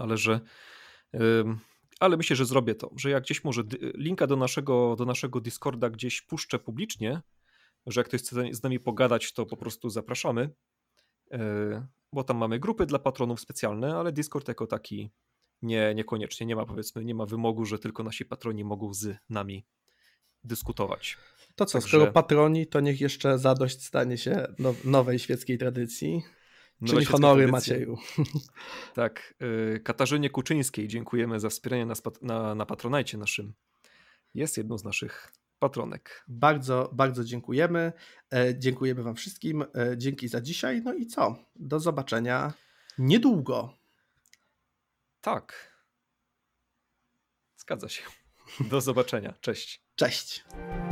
ale myślę, że zrobię to, że jak gdzieś może linka do naszego Discorda gdzieś puszczę publicznie, że jak ktoś chce z nami pogadać, to po prostu zapraszamy, bo tam mamy grupy dla patronów specjalne, ale Discord jako taki niekoniecznie, nie ma wymogu, że tylko nasi patroni mogą z nami dyskutować. To co, skoro patroni, to niech jeszcze zadość stanie się nowej świeckiej tradycji, czyli honory Macieju. Tak, Katarzynie Kuczyńskiej dziękujemy za wspieranie nas na Patronajcie naszym. Jest jedną z naszych patronek. Bardzo, bardzo dziękujemy. Dziękujemy wam wszystkim. Dzięki za dzisiaj. No i co? Do zobaczenia niedługo. Tak. Zgadza się. Do zobaczenia. Cześć. Cześć.